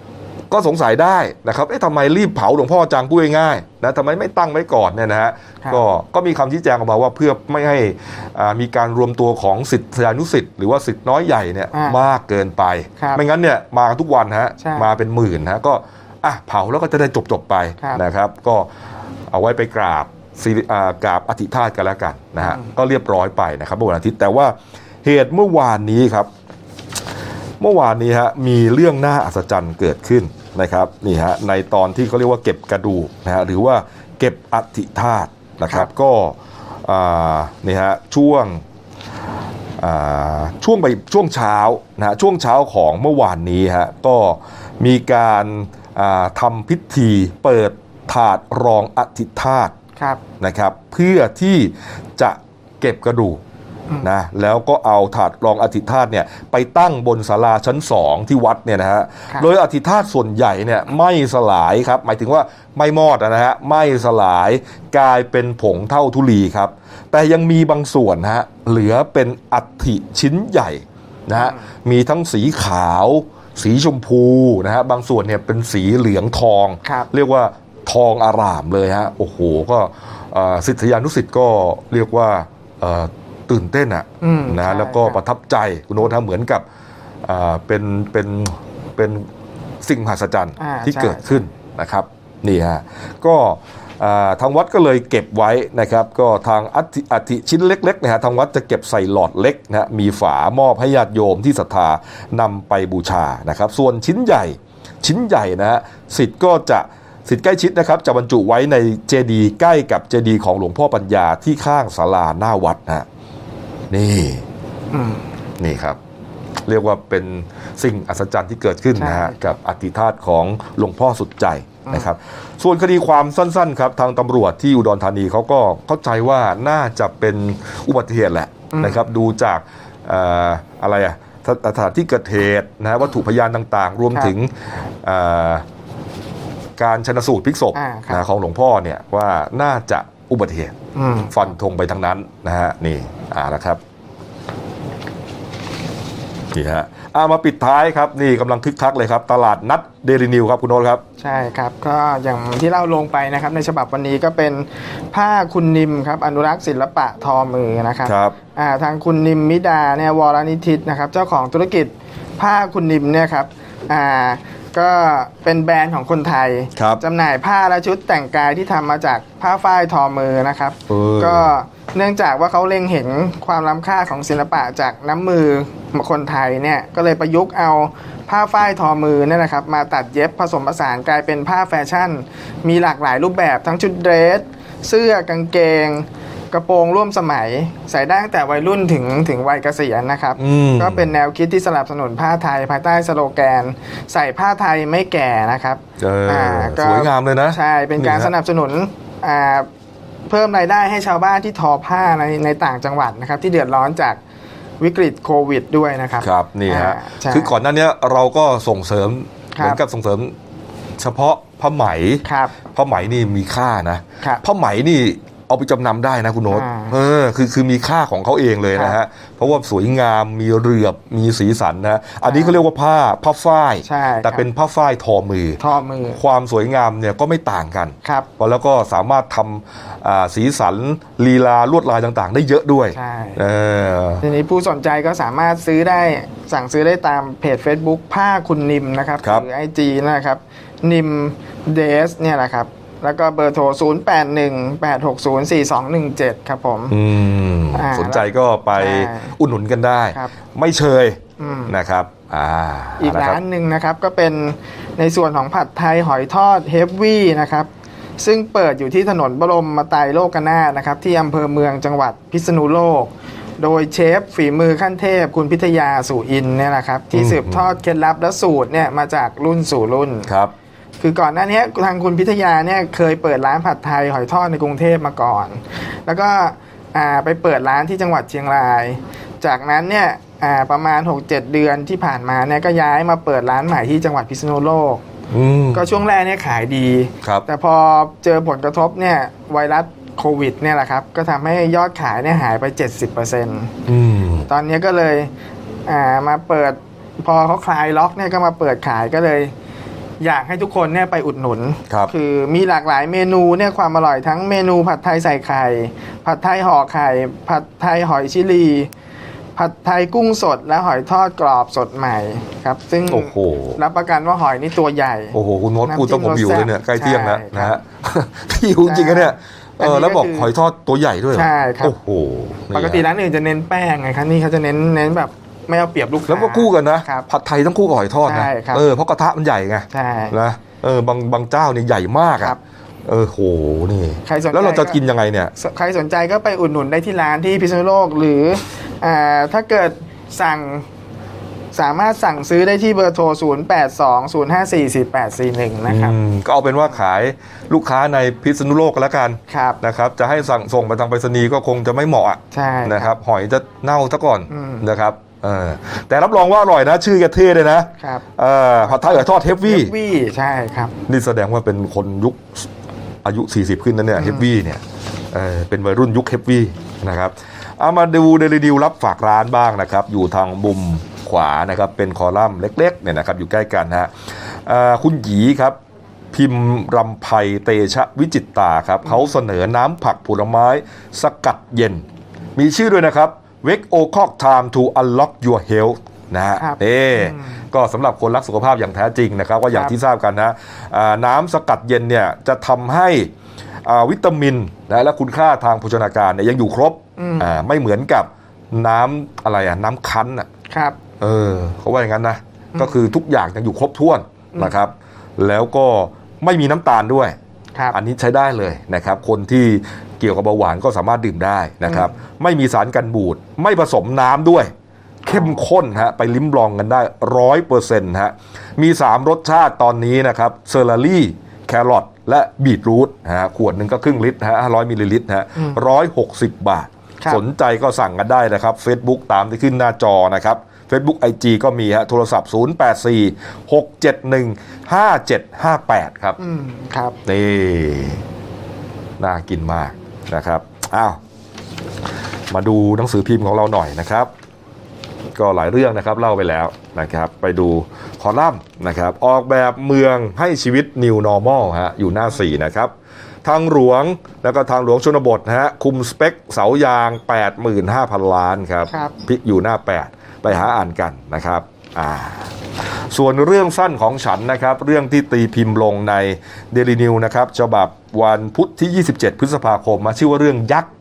ก็สงสัยได้นะครับทำไมรีบเผาหลวงพ่อจังพูดง่ายๆนะทำไมไม่ตั้งไว้ก่อนเนี่ยนะฮะก็มีคำชี้แจงออกมาว่าเพื่อไม่ให้มีการรวมตัวของศิษยานุศิษย์หรือว่าศิษย์น้อยใหญ่เนี่ยมากเกินไปไม่งั้นเนี่ยมาทุกวันฮะมาเป็นหมื่นฮะก็เผาแล้วก็จะได้จบไปนะครับก็เอาไว้ไปกราบอธิษฐานกันแล้วกันนะฮะก็เรียบร้อยไปนะครับเมื่อวันอาทิตย์แต่ว่าเหตุเมื่อวานนี้ครับเมื่อวานนี้ฮะมีเรื่องน่าอัศจรรย์เกิดขึ้นนะครับนี่ฮะในตอนที่เขาเรียกว่าเก็บกระดูกนะฮะหรือว่าเก็บอธิษฐานนะครับก็นี่ฮะช่วงเช้านะช่วงเช้าของเมื่อวานนี้ฮะก็มีการทำพิธีเปิดถาดรองอธิษฐานนะครับเพื่อที่จะเก็บกระดูกนะแล้วก็เอาถาดรองอธิษฐานเนี่ยไปตั้งบนศาลาชั้น2ที่วัดเนี่ยนะฮะโดยอธิษฐานส่วนใหญ่เนี่ยไม่สลายครับหมายถึงว่าไม่มอดนะฮะไม่สลายกลายเป็นผงเท่าธุลีครับแต่ยังมีบางส่วนฮะเหลือเป็นอัฐิชิ้นใหญ่นะฮะมีทั้งสีขาวสีชมพูนะฮะบางส่วนเนี่ยเป็นสีเหลืองทองเรียกว่าทองอร่ามเลยฮะโอ้โหก็ศิษยานุศิษย์ก็เรียกว่าตื่นเต้นนะแล้วก็ประทับใจคุณโน้ตเหมือนกับเป็นสิ่งมหัศจรรย์ที่เกิดขึ้นนะครับนี่ฮะก็ทางวัดก็เลยเก็บไว้นะครับก็ทางอัฐิชิ้นเล็กๆนะฮะทางวัดจะเก็บใส่หลอดเล็กนะมีฝามอบให้ญาติโยมที่ศรัทธานำไปบูชานะครับส่วนชิ้นใหญ่นะฮะศิษย์ใกล้ชิดนะครับจะบรรจุไว้ในเจดีย์ใกล้กับเจดีย์ของหลวงพ่อปัญญาที่ข้างศาลาหน้าวัดนะนี่ครับเรียกว่าเป็นสิ่งอัศจรรย์ที่เกิดขึ้นนะฮะกับอธิษฐานของหลวงพ่อสุดใจนะครับส่วนคดีความสั้นๆครับทางตำรวจที่อุดรธานีเขาก็เข้าใจว่าน่าจะเป็นอุบัติเหตุแหละนะครับดูจากสถานที่เกิดเหตุนะวัตถุพยานต่างๆรวมถึงการชันสูตรพลิกศพของหลวงพ่อเนี่ยว่าน่าจะอุบัติเหตุฟันธงไปทางนั้นนะฮะนี่นะครับนี่ฮะมาปิดท้ายครับนี่กำลังคึกคักเลยครับตลาดนัดเดลินิวครับคุณโน้ตครับใช่ครับก็อย่างที่เล่าลงไปนะครับในฉบับวันนี้ก็เป็นผ้าคุณนิมครับอนุรักษ์ศิลปะทอมือนะครับทางคุณนิมมิดาเนี่ยวรนิธินะครับเจ้าของธุรกิจผ้าคุณนิมเนี่ยครับก็เป็นแบรนด์ของคนไทยจำหน่ายผ้าและชุดแต่งกายที่ทำมาจากผ้าฝ้ายทอมือนะครับก็เนื่องจากว่าเขาเล็งเห็นความล้ำค่าของศิลปะจากน้ำมือคนไทยเนี่ยก็เลยประยุกต์เอาผ้าฝ้ายทอมือเนี่ยนะครับมาตัดเย็บผสมผสานกลายเป็นผ้าแฟชั่นมีหลากหลายรูปแบบทั้งชุดเดรสเสื้อกางเกงกระโปรงร่วมสมัยใส่ได้ตั้งแต่วัยรุ่นถึงวัยเกษียณนะครับก็เป็นแนวคิดที่สนับสนุนผ้าไทยภายใต้สโลแกนใส่ผ้าไทยไม่แก่นะครับสวยงามเลยนะใช่เป็นการสนับสนุนเพิ่มรายได้ให้ชาวบ้านที่ทอผ้าในต่างจังหวัดนะครับที่เดือดร้อนจากวิกฤตโควิดด้วยนะครับครับนี่ฮะคือก่อนหน้านี้เราก็ส่งเสริมเหมือนกับส่งเสริมเฉพาะผ้าไหมผ้าไหมนี่มีค่านะผ้าไหมนี่เอาไปจำนำได้นะคุณโน้ตคือมีค่าของเขาเองเลยนะฮะเพราะว่าสวยงามมีเรือบมีสีสันนะอันนี้เขาเรียกว่าผ้าฝ้ายแต่เป็นผ้าฝ้ายทอมือความสวยงามเนี่ยก็ไม่ต่างกันแล้วก็สามารถทำสีสันลีลาลวดลายต่างๆได้เยอะด้วยทีนี้ผู้สนใจก็สามารถซื้อได้สั่งซื้อได้ตามเพจ Facebook ผ้าคุณนิมนะครับหรือ IG นะครับนิมเดสเนี่ยแหละครับแล้วก็เบอร์โทร 0818604217 ครับผมสนใจก็ไปอุดหนุนกันได้ไม่เชยนะครับอีกร้านหนึ่งนะครับก็เป็นในส่วนของผัดไทยหอยทอดเฮฟวี่นะครับซึ่งเปิดอยู่ที่ถนนบรมไตรโลกนาถนะครับที่อำเภอเมืองจังหวัดพิษณุโลกโดยเชฟฝีมือขั้นเทพคุณพิทยาสุอินเนี่ยนะครับที่สืบทอดเคล็ดลับและสูตรเนี่ยมาจากรุ่นสู่รุ่นครับคือก่อนหน้านี้ทางคุณพิทยาเนี่ยเคยเปิดร้านผัดไทยหอยทอดในกรุงเทพมาก่อนแล้วก็ไปเปิดร้านที่จังหวัดเชียงรายจากนั้นเนี่ยประมาณ 6-7 เดือนที่ผ่านมาเนี่ยก็ย้ายมาเปิดร้านใหม่ที่จังหวัดพิษณุโลกก็ช่วงแรกเนี่ยขายดีแต่พอเจอผลกระทบเนี่ยไวรัสโควิดเนี่ยแหละครับก็ทำให้ยอดขายเนี่ยหายไป 70% ตอนนี้ก็เลยมาเปิดพอเขาคลายล็อกเนี่ยก็มาเปิดขายก็เลยอยากให้ทุกคนเนี่ยไปอุดหนุนคือมีหลากหลายเมนูเนี่ยความอร่อยทั้งเมนูผัดไทยใส่ไข่ผัดไทยห่อไข่ผัดไทยหอยชิลีผัดไทยกุ้งสดและหอยทอดกรอบสดใหม่ครับซึ่งรับประกันว่าหอยนี่ตัวใหญ่โอ้โหคุณโน้ตพูดต้องผมหิวเลยเนี่ยใกล้เที่ยงแล้วนะฮะหิวจริงๆเนี่ยแล้วบอกหอยทอดตัวใหญ่ด้วยใช่ครับโอ้โหปกติร้านอื่นจะเน้นแป้งไงครับนี่เขาจะเน้นแบบไม่เอาเปรียบลูกค้าแล้วก็คู่กันนะผัดไทยต้องคู่กับหอยทอดนะเพราะกระทะมันใหญ่ไงนะบางเจ้าเนี่ยใหญ่มากโหนี่แล้วเราจะกินยังไงเนี่ยใครสนใจก็ไปอุดหนุนได้ที่ร้านที่พิษณุโลกหรือถ้าเกิดสามารถสั่งซื้อได้ที่เบอร์โทร 0820544841 นะครับก็เอาเป็นว่าขายลูกค้าในพิษณุโลกกันแล้วกันนะครับจะให้ส่งไปทางไปรษณีย์ก็คงจะไม่เหมาะนะครับหอยจะเน่าซะก่อนนะครับแต่รับรองว่าอร่อยนะชื่อแกเท่เลยนะผัดไทยหอยทอดเฮฟวี่ใช่ครับนี่แสดงว่าเป็นคนยุคอายุ40ขึ้นนั่นเนี่ยเฮฟวี่เนี่ยเป็นวัยรุ่นยุคเฮฟวี่นะครับเอามาดูเดลินิวรับฝากร้านบ้างนะครับอยู่ทางมุมขวานะครับเป็นคอลัมน์เล็กๆเนี่ยนะครับอยู่ใกล้กันฮะคุณหยีครับพิมพ์รำไพเตชะวิจิตตาครับเขาเสนอน้ำผักผลไม้สกัดเย็นมีชื่อด้วยนะครับ Wake O'Clock Time to Unlock Your Health นะฮะก็สำหรับคนรักสุขภาพอย่างแท้จริงนะครับว่าอย่างที่ทราบกันนะน้ำสกัดเย็นเนี่ยจะทำให้วิตามินนะและคุณค่าทางโภชนาการเนี่ยยังอยู่ครบไม่เหมือนกับน้ำอะไรน้ำคั้นครับเขาว่าอย่างนั้นนะก็คือทุกอย่างยังอยู่ครบถ้วนนะครับแล้วก็ไม่มีน้ำตาลด้วยอันนี้ใช้ได้เลยนะครับคนที่เกี่ยวกับเบาหวานก็สามารถดื่มได้นะครับไม่มีสารกันบูดไม่ผสมน้ำด้วยเข้มข้นฮะไปลิ้มลองกันได้ 100% ฮะมี3รสชาติตอนนี้นะครับเซอร์รี่แครอทและบีทรูทขวดหนึ่งก็ครึ่งลิตร500มิลลิลิตร160 บาทสนใจก็สั่งกันได้นะครับ Facebook ตามที่ขึ้นหน้าจอนะครับ Facebook IG ก็มีฮะโทรศัพท์0846715758ครับครับนี่น่ากินมากนะครับมาดูหนังสือพิมพ์ของเราหน่อยนะครับก็หลายเรื่องนะครับเล่าไปแล้วนะครับไปดูคอลัมน์นะครับออกแบบเมืองให้ชีวิต New Normal ฮะอยู่หน้า4นะครับทางหลวงแล้วก็ทางหลวงชนบทฮะคุมสเปคเสายาง 85,000 ล้านครับพลิกอยู่หน้า8ไปหาอ่านกันนะครับส่วนเรื่องสั้นของฉันนะครับเรื่องที่ตีพิมพ์ลงใน Daily News นะครับฉบับวันพุธที่27พฤษภาคมมาชื่อว่าเรื่องยักษ์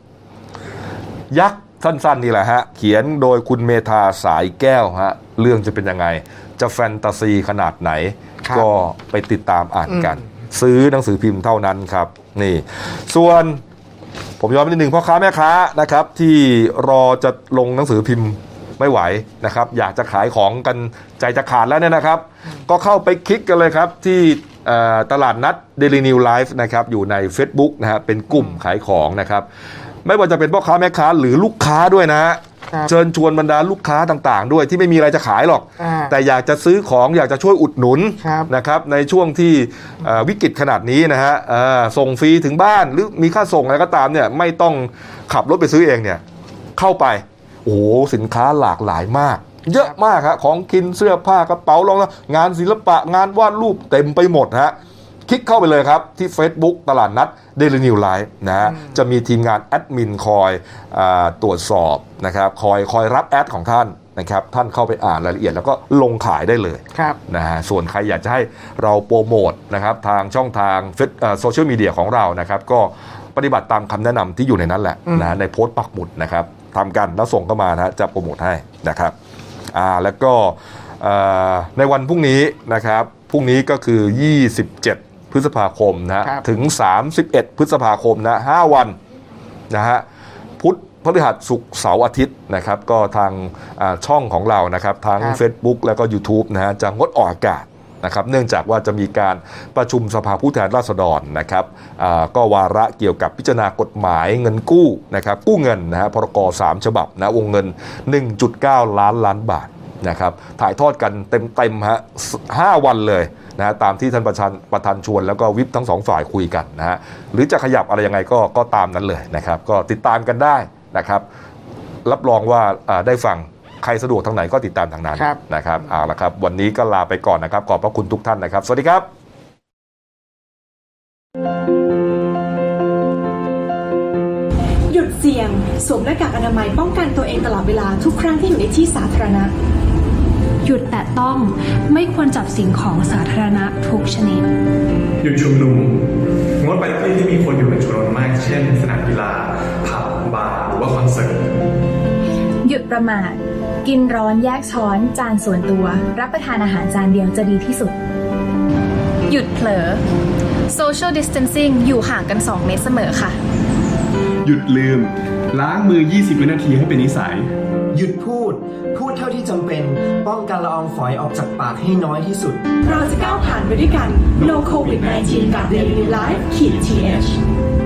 สั้นๆนี่แหละฮะเขียนโดยคุณเมธาสายแก้วฮะเรื่องจะเป็นยังไงจะแฟนตาซีขนาดไหนก็ไปติดตามอ่านกันซื้อหนังสือพิมพ์เท่านั้นครับนี่ส่วนผมย้อนไปนิดนึงพ่อค้าแม่ค้านะครับที่รอจะลงหนังสือพิมพ์ไม่ไหวนะครับอยากจะขายของกันใจจะขาดแล้วเนี่ยนะครับก็เข้าไปคลิกกันเลยครับที่ตลาดนัด Daily New Life นะครับอยู่ใน Facebook นะฮะเป็นกลุ่มขายของนะครับไม่ว่าจะเป็นพ่อค้าแม่ค้าหรือลูกค้าด้วยนะฮะเชิญชวนบรรดาลูกค้าต่างๆด้วยที่ไม่มีอะไรจะขายหรอกแต่อยากจะซื้อของอยากจะช่วยอุดหนุนนะครับในช่วงที่วิกฤตขนาดนี้นะฮะส่งฟรีถึงบ้านหรือมีค่าส่งอะไรก็ตามเนี่ยไม่ต้องขับรถไปซื้อเองเนี่ยเข้าไปโอ้โหสินค้าหลากหลายมากเยอะมากครับของกินเสื้อผ้ากระเป๋ารองเท้างานศิลปะงานวาดรูปเต็มไปหมดฮะคลิกเข้าไปเลยครับที่ Facebook ตลาดนัด Daily New Life นะฮะจะมีทีมงานแอดมินคอยตรวจสอบนะครับคอยรับแอดของท่านนะครับท่านเข้าไปอ่านรายละเอียดแล้วก็ลงขายได้เลยนะฮะส่วนใครอยากจะให้เราโปรโมทนะครับทางช่องทางโซเชียลมีเดียของเรานะครับก็ปฏิบัติตามคำแนะนำที่อยู่ในนั้นแหละนะในโพสต์ปักหมุดนะครับทำกันแล้วส่งเข้ามานะจะโปรโมทให้นะครับแล้วก็ในวันพรุ่งนี้นะครับพรุ่งนี้ก็คือ27พฤษภาคมนะถึง31พฤษภาคมนะ5วันนะฮะพุธพฤหัสศุกร์เสาร์อาทิตย์นะครับก็ทางช่องของเรานะครับทั้ง Facebook แล้วก็ YouTube นะฮะจะงดออกอากาศนะครับเนื่องจากว่าจะมีการประชุมสภาผู้แทนราษฎรนะครับก็วาระเกี่ยวกับพิจารณากฎหมายเงินกู้นะครับกู้เงินนะฮะพรก3ฉบับนะวงเงิน 1.9 ล้านบาทนะครับถ่ายทอดกันเต็มฮะ5วันเลยนะตามที่ท่านประธานชวนแล้วก็วิปทั้ง2ฝ่ายคุยกันนะฮะหรือจะขยับอะไรยังไงก็ตามนั้นเลยนะครับก็ติดตามกันได้นะครับรับรองว่าได้ฟังใครสะดวกทางไหนก็ติดตามทางนั้นครับนะครับเอาละครับวันนี้ก็ลาไปก่อนนะครับขอบพระคุณทุกท่านนะครับสวัสดีครับหยุดเสี่ยงสวมหน้ากากอนามัยป้องกันตัวเองตลอดเวลาทุกครั้งที่อยู่ในที่สาธารณะหยุดแตะต้องไม่ควรจับสิ่งของสาธารณะทุกชนิดหยุดชุมนุมงดไปที่ที่มีคนอยู่เป็นจำนวนมากเช่นสนามกีฬาผับบาร์หรือว่าคอนเสิร์ตหยุดประมาทกินร้อนแยกช้อนจานส่วนตัวรับประทานอาหารจานเดียวจะดีที่สุดหยุดเผลอ Social Distancing อยู่ห่างกัน2 เมตรเสมอค่ะหยุดลืมล้างมือ20 วินาทีให้เป็นนิสัยหยุดพูดเท่าที่จำเป็นป้องกันละอองฝอยออกจากปากให้น้อยที่สุดเราจะก้าวผ่านไปด้วยกัน No COVID-19 กับ Live Life-TH